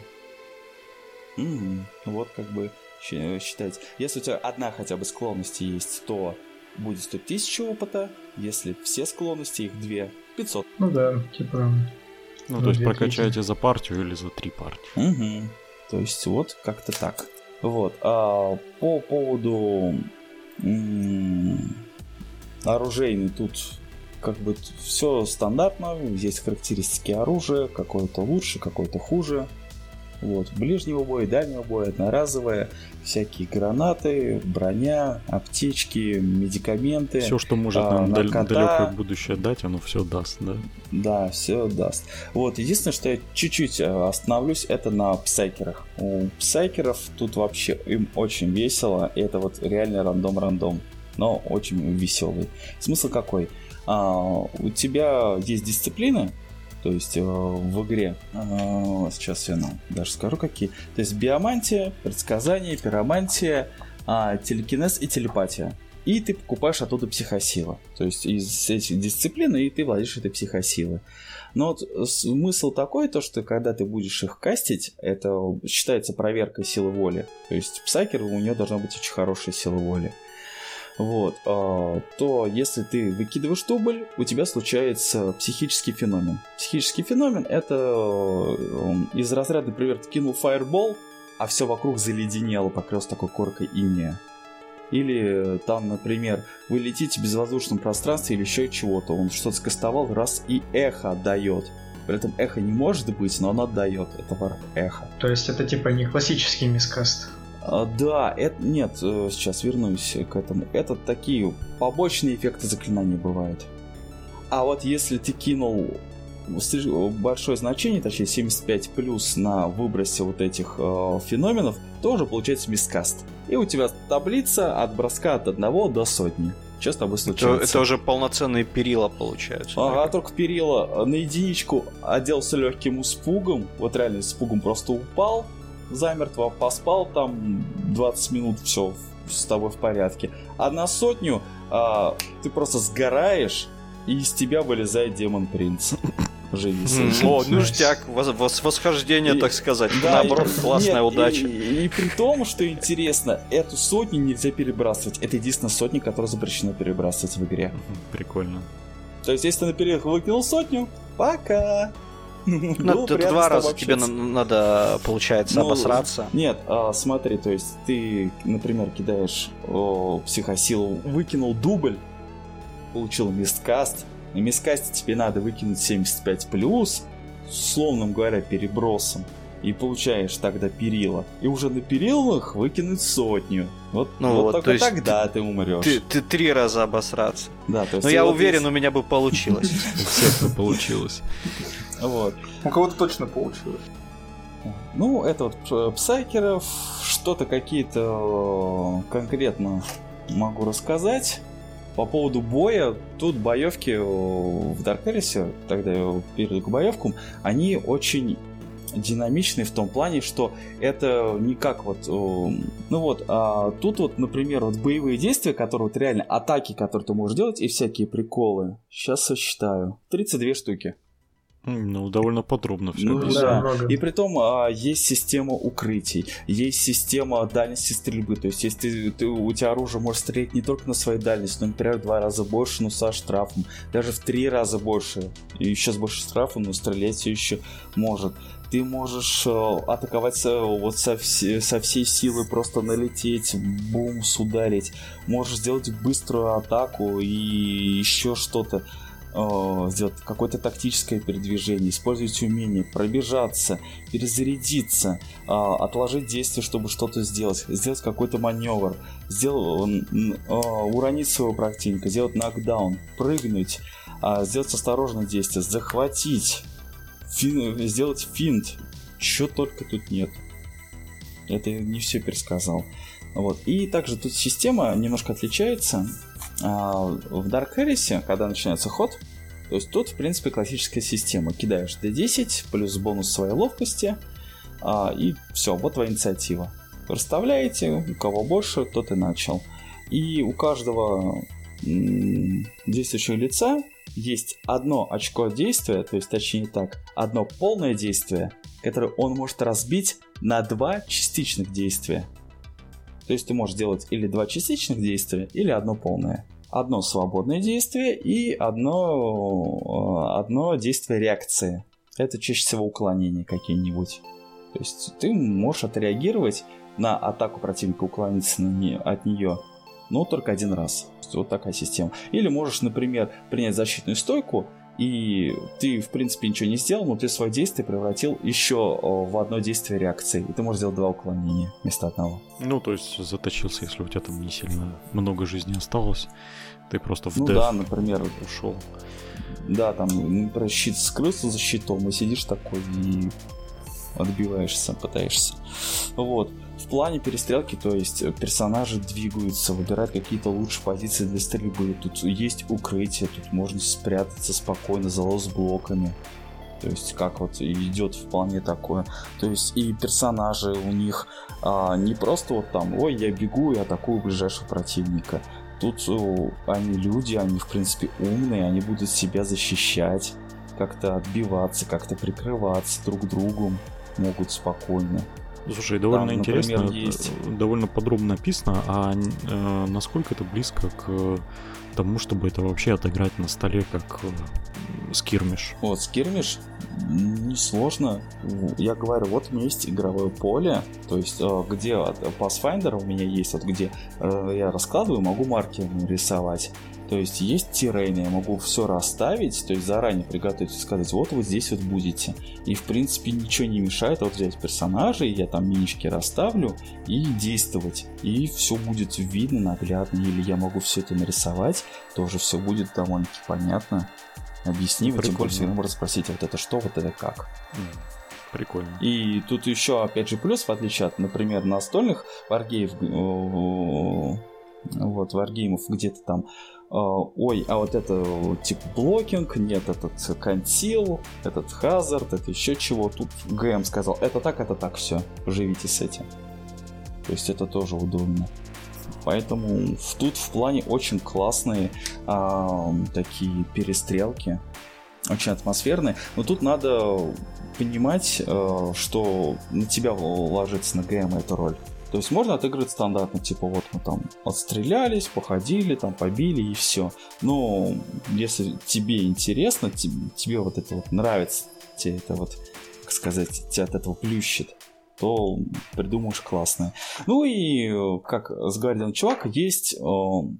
Вот как бы считать. Если у тебя одна хотя бы склонность есть, то будет стоить 1000 опыта. Если все склонности, их 2, 500. Ну да, типа... Ну, то есть прокачаете за партию или за 3 партии. То есть вот как-то так. Вот. А по поводу оружейный, тут как бы все стандартно. Есть характеристики оружия, какое-то лучше, какое-то хуже. Вот, ближнего боя, дальнего боя, одноразовые, всякие гранаты, броня, аптечки, медикаменты. Все, что может нам далекое будущее дать, оно все даст, да? Да, все даст. Вот, единственное, что я чуть-чуть остановлюсь, это на псайкерах. У псайкеров тут вообще им очень весело, и это вот реально рандом, но очень веселый. Смысл какой? У тебя есть дисциплины, то есть в игре, сейчас я даже скажу какие, то есть биомантия, предсказание, пиромантия, телекинез и телепатия. И ты покупаешь оттуда психосилы. То есть из этих дисциплин, и ты владеешь этой психосилой. Но вот смысл такой, то что когда ты будешь их кастить, это считается проверкой силы воли. То есть псайкер, у нее должна быть очень хорошая сила воли. Вот, то если ты выкидываешь дубль, у тебя случается психический феномен. Психический феномен — это из разряда, например, ты кинул фаербол, а все вокруг заледенело, покрылось такой коркой инея. Или там, например, вы летите в безвоздушном пространстве или еще чего-то, он что-то скастовал, раз и эхо отдает. При этом эхо не может быть, но оно отдает. Это эхо. То есть это типа не классический мискаст? Да, нет, сейчас вернусь к этому. Это такие побочные эффекты заклинаний бывают. А вот если ты кинул большое значение, точнее 75+, на выбросе вот этих феноменов, тоже получается мискаст. И у тебя таблица от броска от 1 до 100. Что с тобой случается? Это уже полноценные перила получаются. Ага, только перила на единичку оделся легким испугом. Вот реально испугом просто упал замертво, поспал там 20 минут, все с тобой в порядке. А на 100 ты просто сгораешь, и из тебя вылезает демон-принц. О, ништяк, восхождение, так сказать. Наоборот, классная удача. И при том, что интересно, эту 100 нельзя перебрасывать. Это единственная 100, которую запрещено перебрасывать в игре. Прикольно. То есть, если ты на период выкинул 100, пока. Ну, 2 раза тебе надо, получается, обосраться. Нет, смотри, то есть ты, например, кидаешь психосилу, выкинул дубль, получил мисткаст, На мискасте тебе надо выкинуть 75+, условно говоря, перебросом. И получаешь тогда перила. И уже на перилах выкинуть 100. Вот только тогда ты умрешь. Ты 3 раза обосраться. Да, то есть. Но я уверен, у меня бы получилось. У всех бы получилось. Вот. У кого-то точно получилось. Ну, это вот псайкеров, что-то какие-то конкретно могу рассказать. По поводу боя, тут боевки в Dark Heresy, тогда я перейду к боевкам, они очень динамичные в том плане, что это не как вот, тут вот, например, вот боевые действия, которые вот реально атаки, которые ты можешь делать, и всякие приколы. Сейчас сосчитаю. 32 штуки. Ну, довольно подробно все. Ну, да. И при том есть система укрытий, есть система дальности стрельбы. То есть, если у тебя оружие может стрелять не только на своей дальности, но, например, в 2 раза больше, но со штрафом. Даже в 3 раза больше. И еще с большим штрафом, но стрелять все еще может. Ты можешь атаковать вот со всей силы, просто налететь, бумс, ударить. Можешь сделать быструю атаку и еще что-то. Сделать какое-то тактическое передвижение, использовать умение, пробежаться, перезарядиться, отложить действие, чтобы что-то сделать какой-то маневр, уронить своего противника, сделать нокдаун, прыгнуть, сделать осторожное действие, захватить, сделать финт. Чё только тут нет. Это не все пересказал. Вот. И также тут система немножко отличается. В Dark Heresy, когда начинается ход, то есть тут, в принципе, классическая система. Кидаешь D10 плюс бонус своей ловкости, и все, вот твоя инициатива. Расставляете, у кого больше, тот и начал. И у каждого действующего лица есть одно очко действия, то есть, точнее так, одно полное действие, которое он может разбить на 2 частичных действия. То есть ты можешь делать или 2 частичных действия, или одно полное. Одно свободное действие и одно действие реакции. Это чаще всего уклонения какие-нибудь. То есть ты можешь отреагировать на атаку противника, уклониться от нее, но только 1 раз. Вот такая система. Или можешь, например, принять защитную стойку, и ты, в принципе, ничего не сделал, но ты свое действие превратил еще в одно действие реакции. И ты можешь сделать 2 уклонения вместо 1. Ну, то есть заточился, если у тебя там не сильно много жизни осталось. Ты просто в да, например, ушел. Да, там, например, щит скрылся за щитом, и сидишь такой и отбиваешься, пытаешься. Вот. В плане перестрелки, то есть персонажи двигаются, выбирают какие-то лучшие позиции для стрельбы. Тут есть укрытие, тут можно спрятаться спокойно за лос-блоками. То есть как вот идет вполне такое. То есть и персонажи у них не просто вот там, ой, я бегу и атакую ближайшего противника. Тут они люди, они в принципе умные, они будут себя защищать, как-то отбиваться, как-то прикрываться друг другом могут спокойно. Слушай, довольно там, интересно, например, есть... довольно подробно написано, насколько это близко к тому, чтобы это вообще отыграть на столе как скирмиш? Вот, скирмиш несложно. Я говорю, вот у меня есть игровое поле, то есть где Pathfinder у меня есть, вот где я раскладываю, могу маркеры рисовать. То есть есть террейн, я могу все расставить, то есть заранее приготовить и сказать, вот вы здесь вот будете. И в принципе ничего не мешает вот взять персонажей, я там минички расставлю и действовать. И все будет видно, наглядно. Или я могу все это нарисовать, тоже все будет довольно-таки понятно. Объяснить, тем более всегда можно спросить, вот это что, вот это как. Прикольно. И тут еще, опять же, плюс, в отличие от, например, настольных варгеймов, где-то там ой, а вот это типа блокинг, нет, этот консил, этот хазард, это еще чего. Тут ГМ сказал, это так, все, живите с этим. То есть это тоже удобно. Поэтому тут в плане очень классные такие перестрелки, очень атмосферные. Но тут надо понимать, что на тебя ложится на ГМ эта роль. То есть можно отыграть стандартно, типа вот мы там отстрелялись, походили, там побили и все. Но если тебе интересно, тебе вот это вот нравится, тебе это вот, как сказать, тебя от этого плющит, то придумаешь классное. Ну и как с Guardian чувак, есть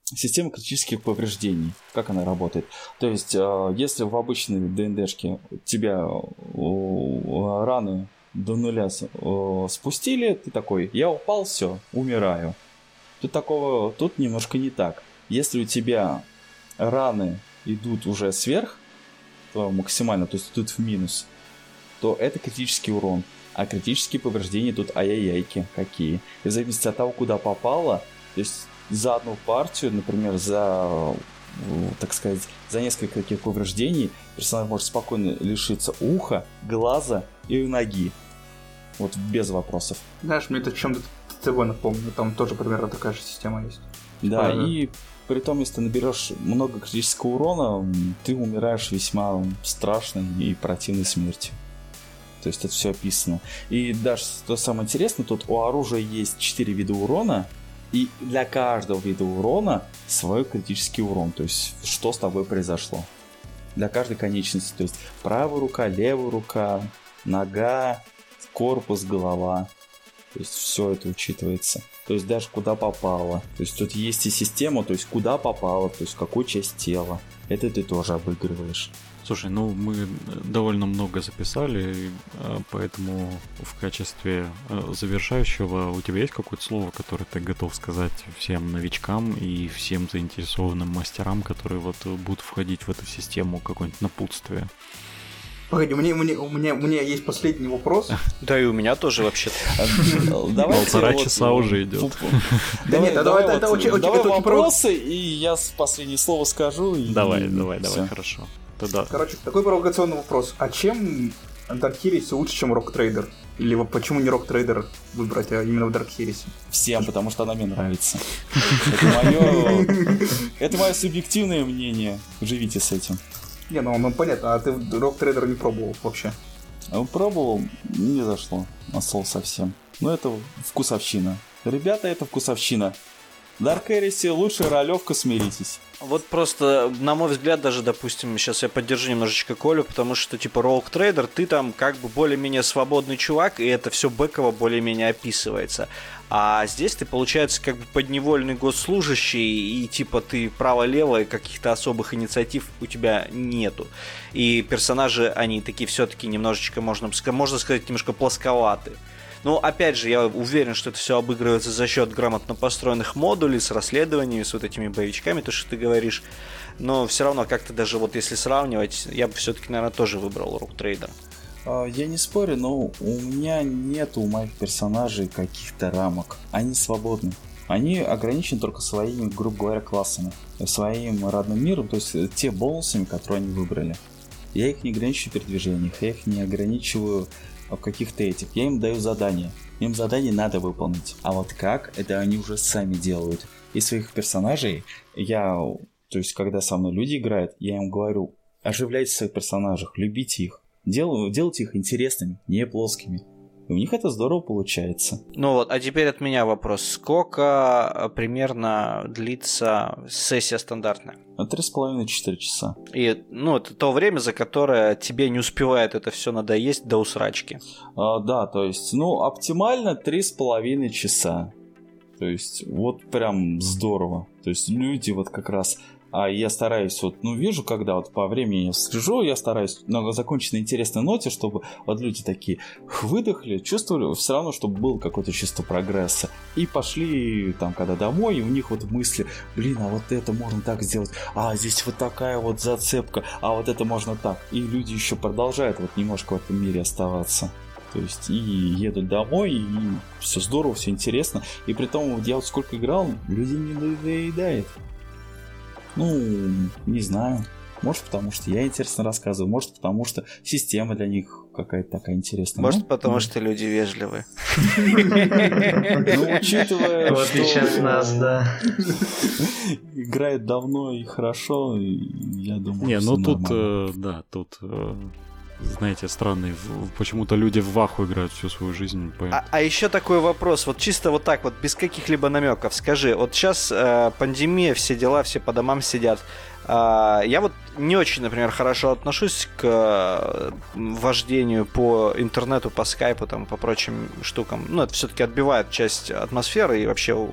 система критических повреждений. Как она работает? То есть, если в обычной ДНДшке тебя раны до нуля спустили, ты такой, я упал, все, умираю. Тут немножко не так. Если у тебя раны идут уже сверх, то максимально, то есть идут в минус, то это критический урон. А критические повреждения тут ай-яй-яйки какие. И в зависимости от того, куда попало, то есть за одну партию, например, так сказать, за несколько таких повреждений персонаж может спокойно лишиться уха, глаза и ноги. Вот без вопросов. Знаешь, мне это чем-то ТТВ напомню, там тоже примерно такая же система есть. Да, и при том, если ты наберешь много критического урона, ты умираешь весьма страшной и противной смертью. То есть это все описано. И даже что самое интересное, тут у оружия есть 4 вида урона, и для каждого вида урона свой критический урон. То есть что с тобой произошло. Для каждой конечности. То есть правая рука, левая рука, нога, корпус, голова. То есть все это учитывается. То есть даже куда попало. То есть тут есть и система, то есть куда попало, то есть какую часть тела. Это ты тоже обыгрываешь. Слушай, ну мы довольно много записали, поэтому в качестве завершающего у тебя есть какое-то слово, которое ты готов сказать всем новичкам и всем заинтересованным мастерам, которые вот будут входить в эту систему, какое-нибудь напутствие? Погоди, у меня есть последний вопрос. Да и у меня тоже вообще-то. Полтора часа уже идет. Давай вопросы, и я последнее слово скажу. Давай, хорошо. Короче, такой провокационный вопрос. А чем Dark Heresy лучше, чем Rogue Trader? Или почему не Rogue Trader выбрать, а именно в Dark Heresy? Всем, потому что она мне нравится. Это мое субъективное мнение. Живите с этим. Не, ну понятно, а ты Rogue Trader не пробовал вообще? Пробовал, не зашло на стол совсем. Но это вкусовщина. Ребята, это вкусовщина. Dark Heresy лучшая ролевка, смиритесь. Вот просто, на мой взгляд, даже, допустим, сейчас я поддержу немножечко Колю, потому что, типа, Rogue Trader, ты там как бы более-менее свободный чувак, и это все бэково более-менее описывается. А здесь ты, получается, как бы подневольный госслужащий, и, типа, ты право-лево, и каких-то особых инициатив у тебя нету. И персонажи, они такие все-таки немножечко, можно сказать, немножко плосковаты. Но, опять же, я уверен, что это все обыгрывается за счет грамотно построенных модулей с расследованиями, с вот этими боевичками, то, что ты говоришь. Но все равно, как-то даже вот если сравнивать, я бы все-таки, наверное, тоже выбрал Rogue Trader. Я не спорю, но у меня нету у моих персонажей каких-то рамок. Они свободны. Они ограничены только своими, грубо говоря, классами. Своим родным миром, то есть те бонусами, которые они выбрали. Я их не ограничиваю в передвижениях, я их не ограничиваю в каких-то этих. Я им даю задания. Им задание надо выполнить. А вот как, это они уже сами делают. И своих персонажей то есть когда со мной люди играют, я им говорю, оживляйте своих персонажей, любите их. Делайте их интересными, не плоскими. И у них это здорово получается. Ну вот, а теперь от меня вопрос. Сколько примерно длится сессия стандартная? 3,5-4 часа. И, это то время, за которое тебе не успевает это все надоесть до усрачки. Да, то есть, оптимально 3,5 часа. То есть, вот прям здорово. То есть, люди вот как раз... А я стараюсь, вижу, когда вот по времени я слежу, я стараюсь закончить на интересной ноте, чтобы вот люди такие выдохли, чувствовали все равно, чтобы было какое-то чувство прогресса. И пошли там, когда домой, и у них вот мысли, а вот это можно так сделать, а здесь вот такая вот зацепка, а вот это можно так. И люди еще продолжают вот немножко в этом мире оставаться. То есть и едут домой, и все здорово, все интересно. И при том, вот я вот сколько играл, люди не надоедает. Не знаю. Может, потому что я интересно рассказываю, может, потому что система для них какая-то такая интересная. Может, потому что люди вежливые. Учитывая, вот сейчас нас, да. Играет давно и хорошо, я думаю, не, тут, знаете, странный. Почему-то люди в Ваху играют всю свою жизнь. А еще такой вопрос, вот чисто вот так вот, без каких-либо намеков. Скажи, вот сейчас пандемия, все дела, все по домам сидят. Я вот не очень, например, хорошо отношусь к вождению по интернету, по скайпу, там, по прочим штукам. Это все-таки отбивает часть атмосферы и вообще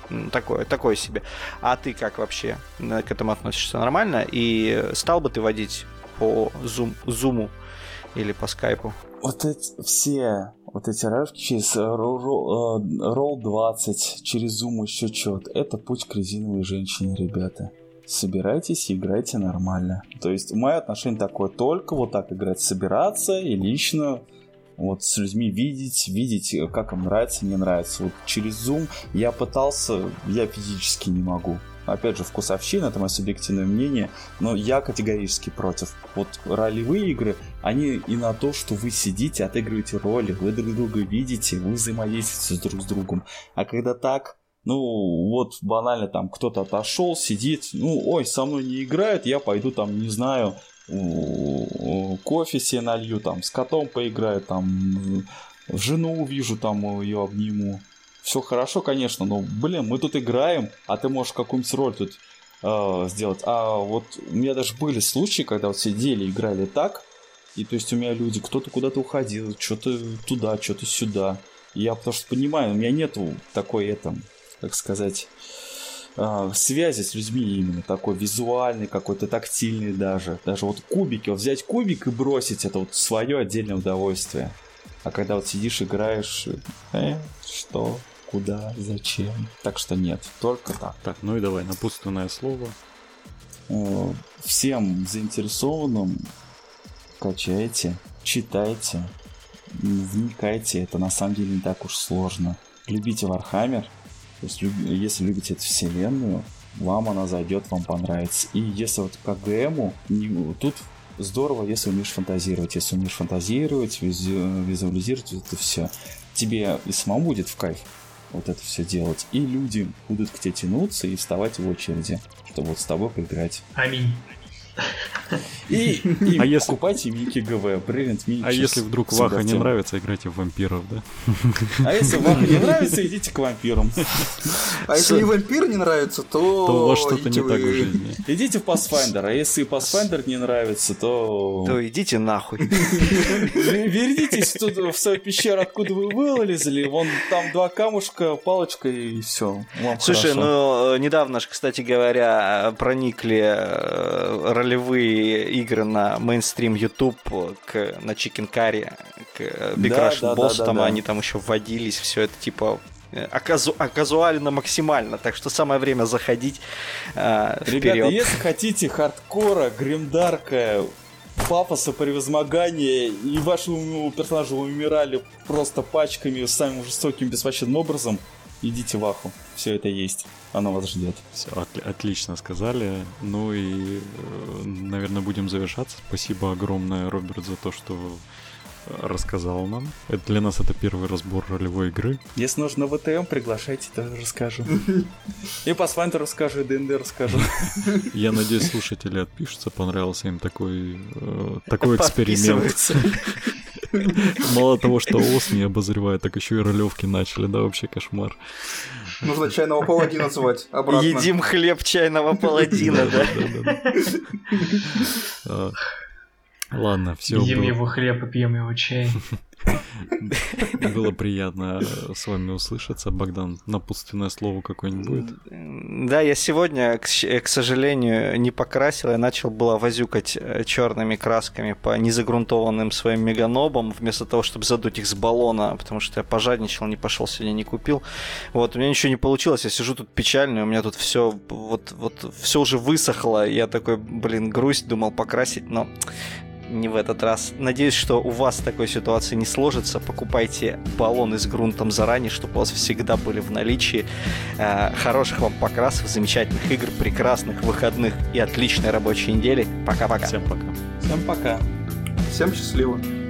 такое себе. А ты как вообще к этому относишься? Нормально? И стал бы ты водить по зуму или по скайпу? Вот эти рашки через Roll20, через Zoom еще что-то. Это путь к резиновой женщине, ребята. Собирайтесь и играйте нормально. То есть мое отношение такое: только вот так играть, собираться и лично вот с людьми видеть, как им нравится, не нравится. Вот через Zoom я пытался, я физически не могу. Опять же, вкусовщина, это мое субъективное мнение, но я категорически против. Вот ролевые игры, они и на то, что вы сидите, отыгрываете роли, вы друг друга видите, вы взаимодействуете друг с другом. А когда так, вот банально там кто-то отошел, сидит, ой, со мной не играет, я пойду там, не знаю, кофе себе налью, там, с котом поиграю, там, жену увижу, там, ее обниму. Все хорошо, конечно, но, мы тут играем, а ты можешь какую-нибудь роль тут сделать. А вот у меня даже были случаи, когда вот сидели, играли так, и то есть у меня люди, кто-то куда-то уходил, что-то туда, что-то сюда. И я потому что понимаю, у меня нету такой, как сказать, связи с людьми именно, такой визуальный, какой-то тактильный даже. Даже вот кубики, вот взять кубик и бросить, это вот свое отдельное удовольствие. А когда вот сидишь, играешь, что, куда, зачем? Так что нет, только так. Так, и давай, напутственное слово. Всем заинтересованным качайте, читайте, вникайте, это на самом деле не так уж сложно. Любите Warhammer, то есть, если любите эту вселенную, вам она зайдет, вам понравится. И если вот как ГМу, тут здорово, если умеешь фантазировать. Если умеешь фантазировать, визуализировать это все, тебе и самому будет в кайф вот это все делать. И люди будут к тебе тянуться и вставать в очереди, чтобы вот с тобой поиграть. Аминь. И покупайте Мики ГВ, Brilliant Mini. А если вдруг Ваха не нравится, играйте в вампиров, да? А если Ваха не нравится, идите к вампирам. А если и вампир не нравится, то у вас что-то не так в жизни. Идите в Pathfinder, а если Pathfinder не нравится, то идите нахуй. Вернитесь тут в свою пещеру, откуда вы вылезли, вон там 2 камушка, палочка и все. Слушай, недавно же, кстати говоря, проникли ролевые игры на мейнстрим YouTube, на Chicken Curry, к Big Russian Boss, там они там еще вводились, все это типа казуально максимально, так что самое время заходить вперед. Ребята, если хотите хардкора, гримдарка, пафоса, превозмогания, и вашему персонажу умирали просто пачками самым жестоким, беспощадным образом, идите в Аху. Все это есть. Оно вас ждет. Все, отлично сказали. И, наверное, будем завершаться. Спасибо огромное, Роберт, за то, что рассказал нам. Для нас это первый разбор ролевой игры. Если нужно ВТМ, приглашайте, тоже расскажу. И Pathfinder расскажу, и ДНД расскажу. Я надеюсь, слушатели отпишутся, понравился им такой эксперимент. Мало того, что ОС не обозревает, так еще и ролевки начали, да, вообще кошмар. Нужно чайного паладина звать обратно. Едим хлеб чайного паладина, да. Ладно, все. Едим его хлеб и пьем его чай. Было приятно с вами услышаться. Богдан, напутственное слово какое-нибудь будет? Да, я сегодня, к сожалению, не покрасил. Я начал было возюкать черными красками по незагрунтованным своим меганобам, вместо того, чтобы задуть их с баллона, потому что я пожадничал, не пошел сегодня, не купил. Вот, у меня ничего не получилось. Я сижу тут печальный, у меня тут все все уже высохло. Я такой, грусть, думал покрасить, но не в этот раз. Надеюсь, что у вас такой ситуации не сложится. Покупайте баллоны с грунтом заранее, чтобы у вас всегда были в наличии. Хороших вам покрасов, замечательных игр, прекрасных выходных и отличной рабочей недели. Пока-пока. Всем пока. Всем пока. Всем счастливо.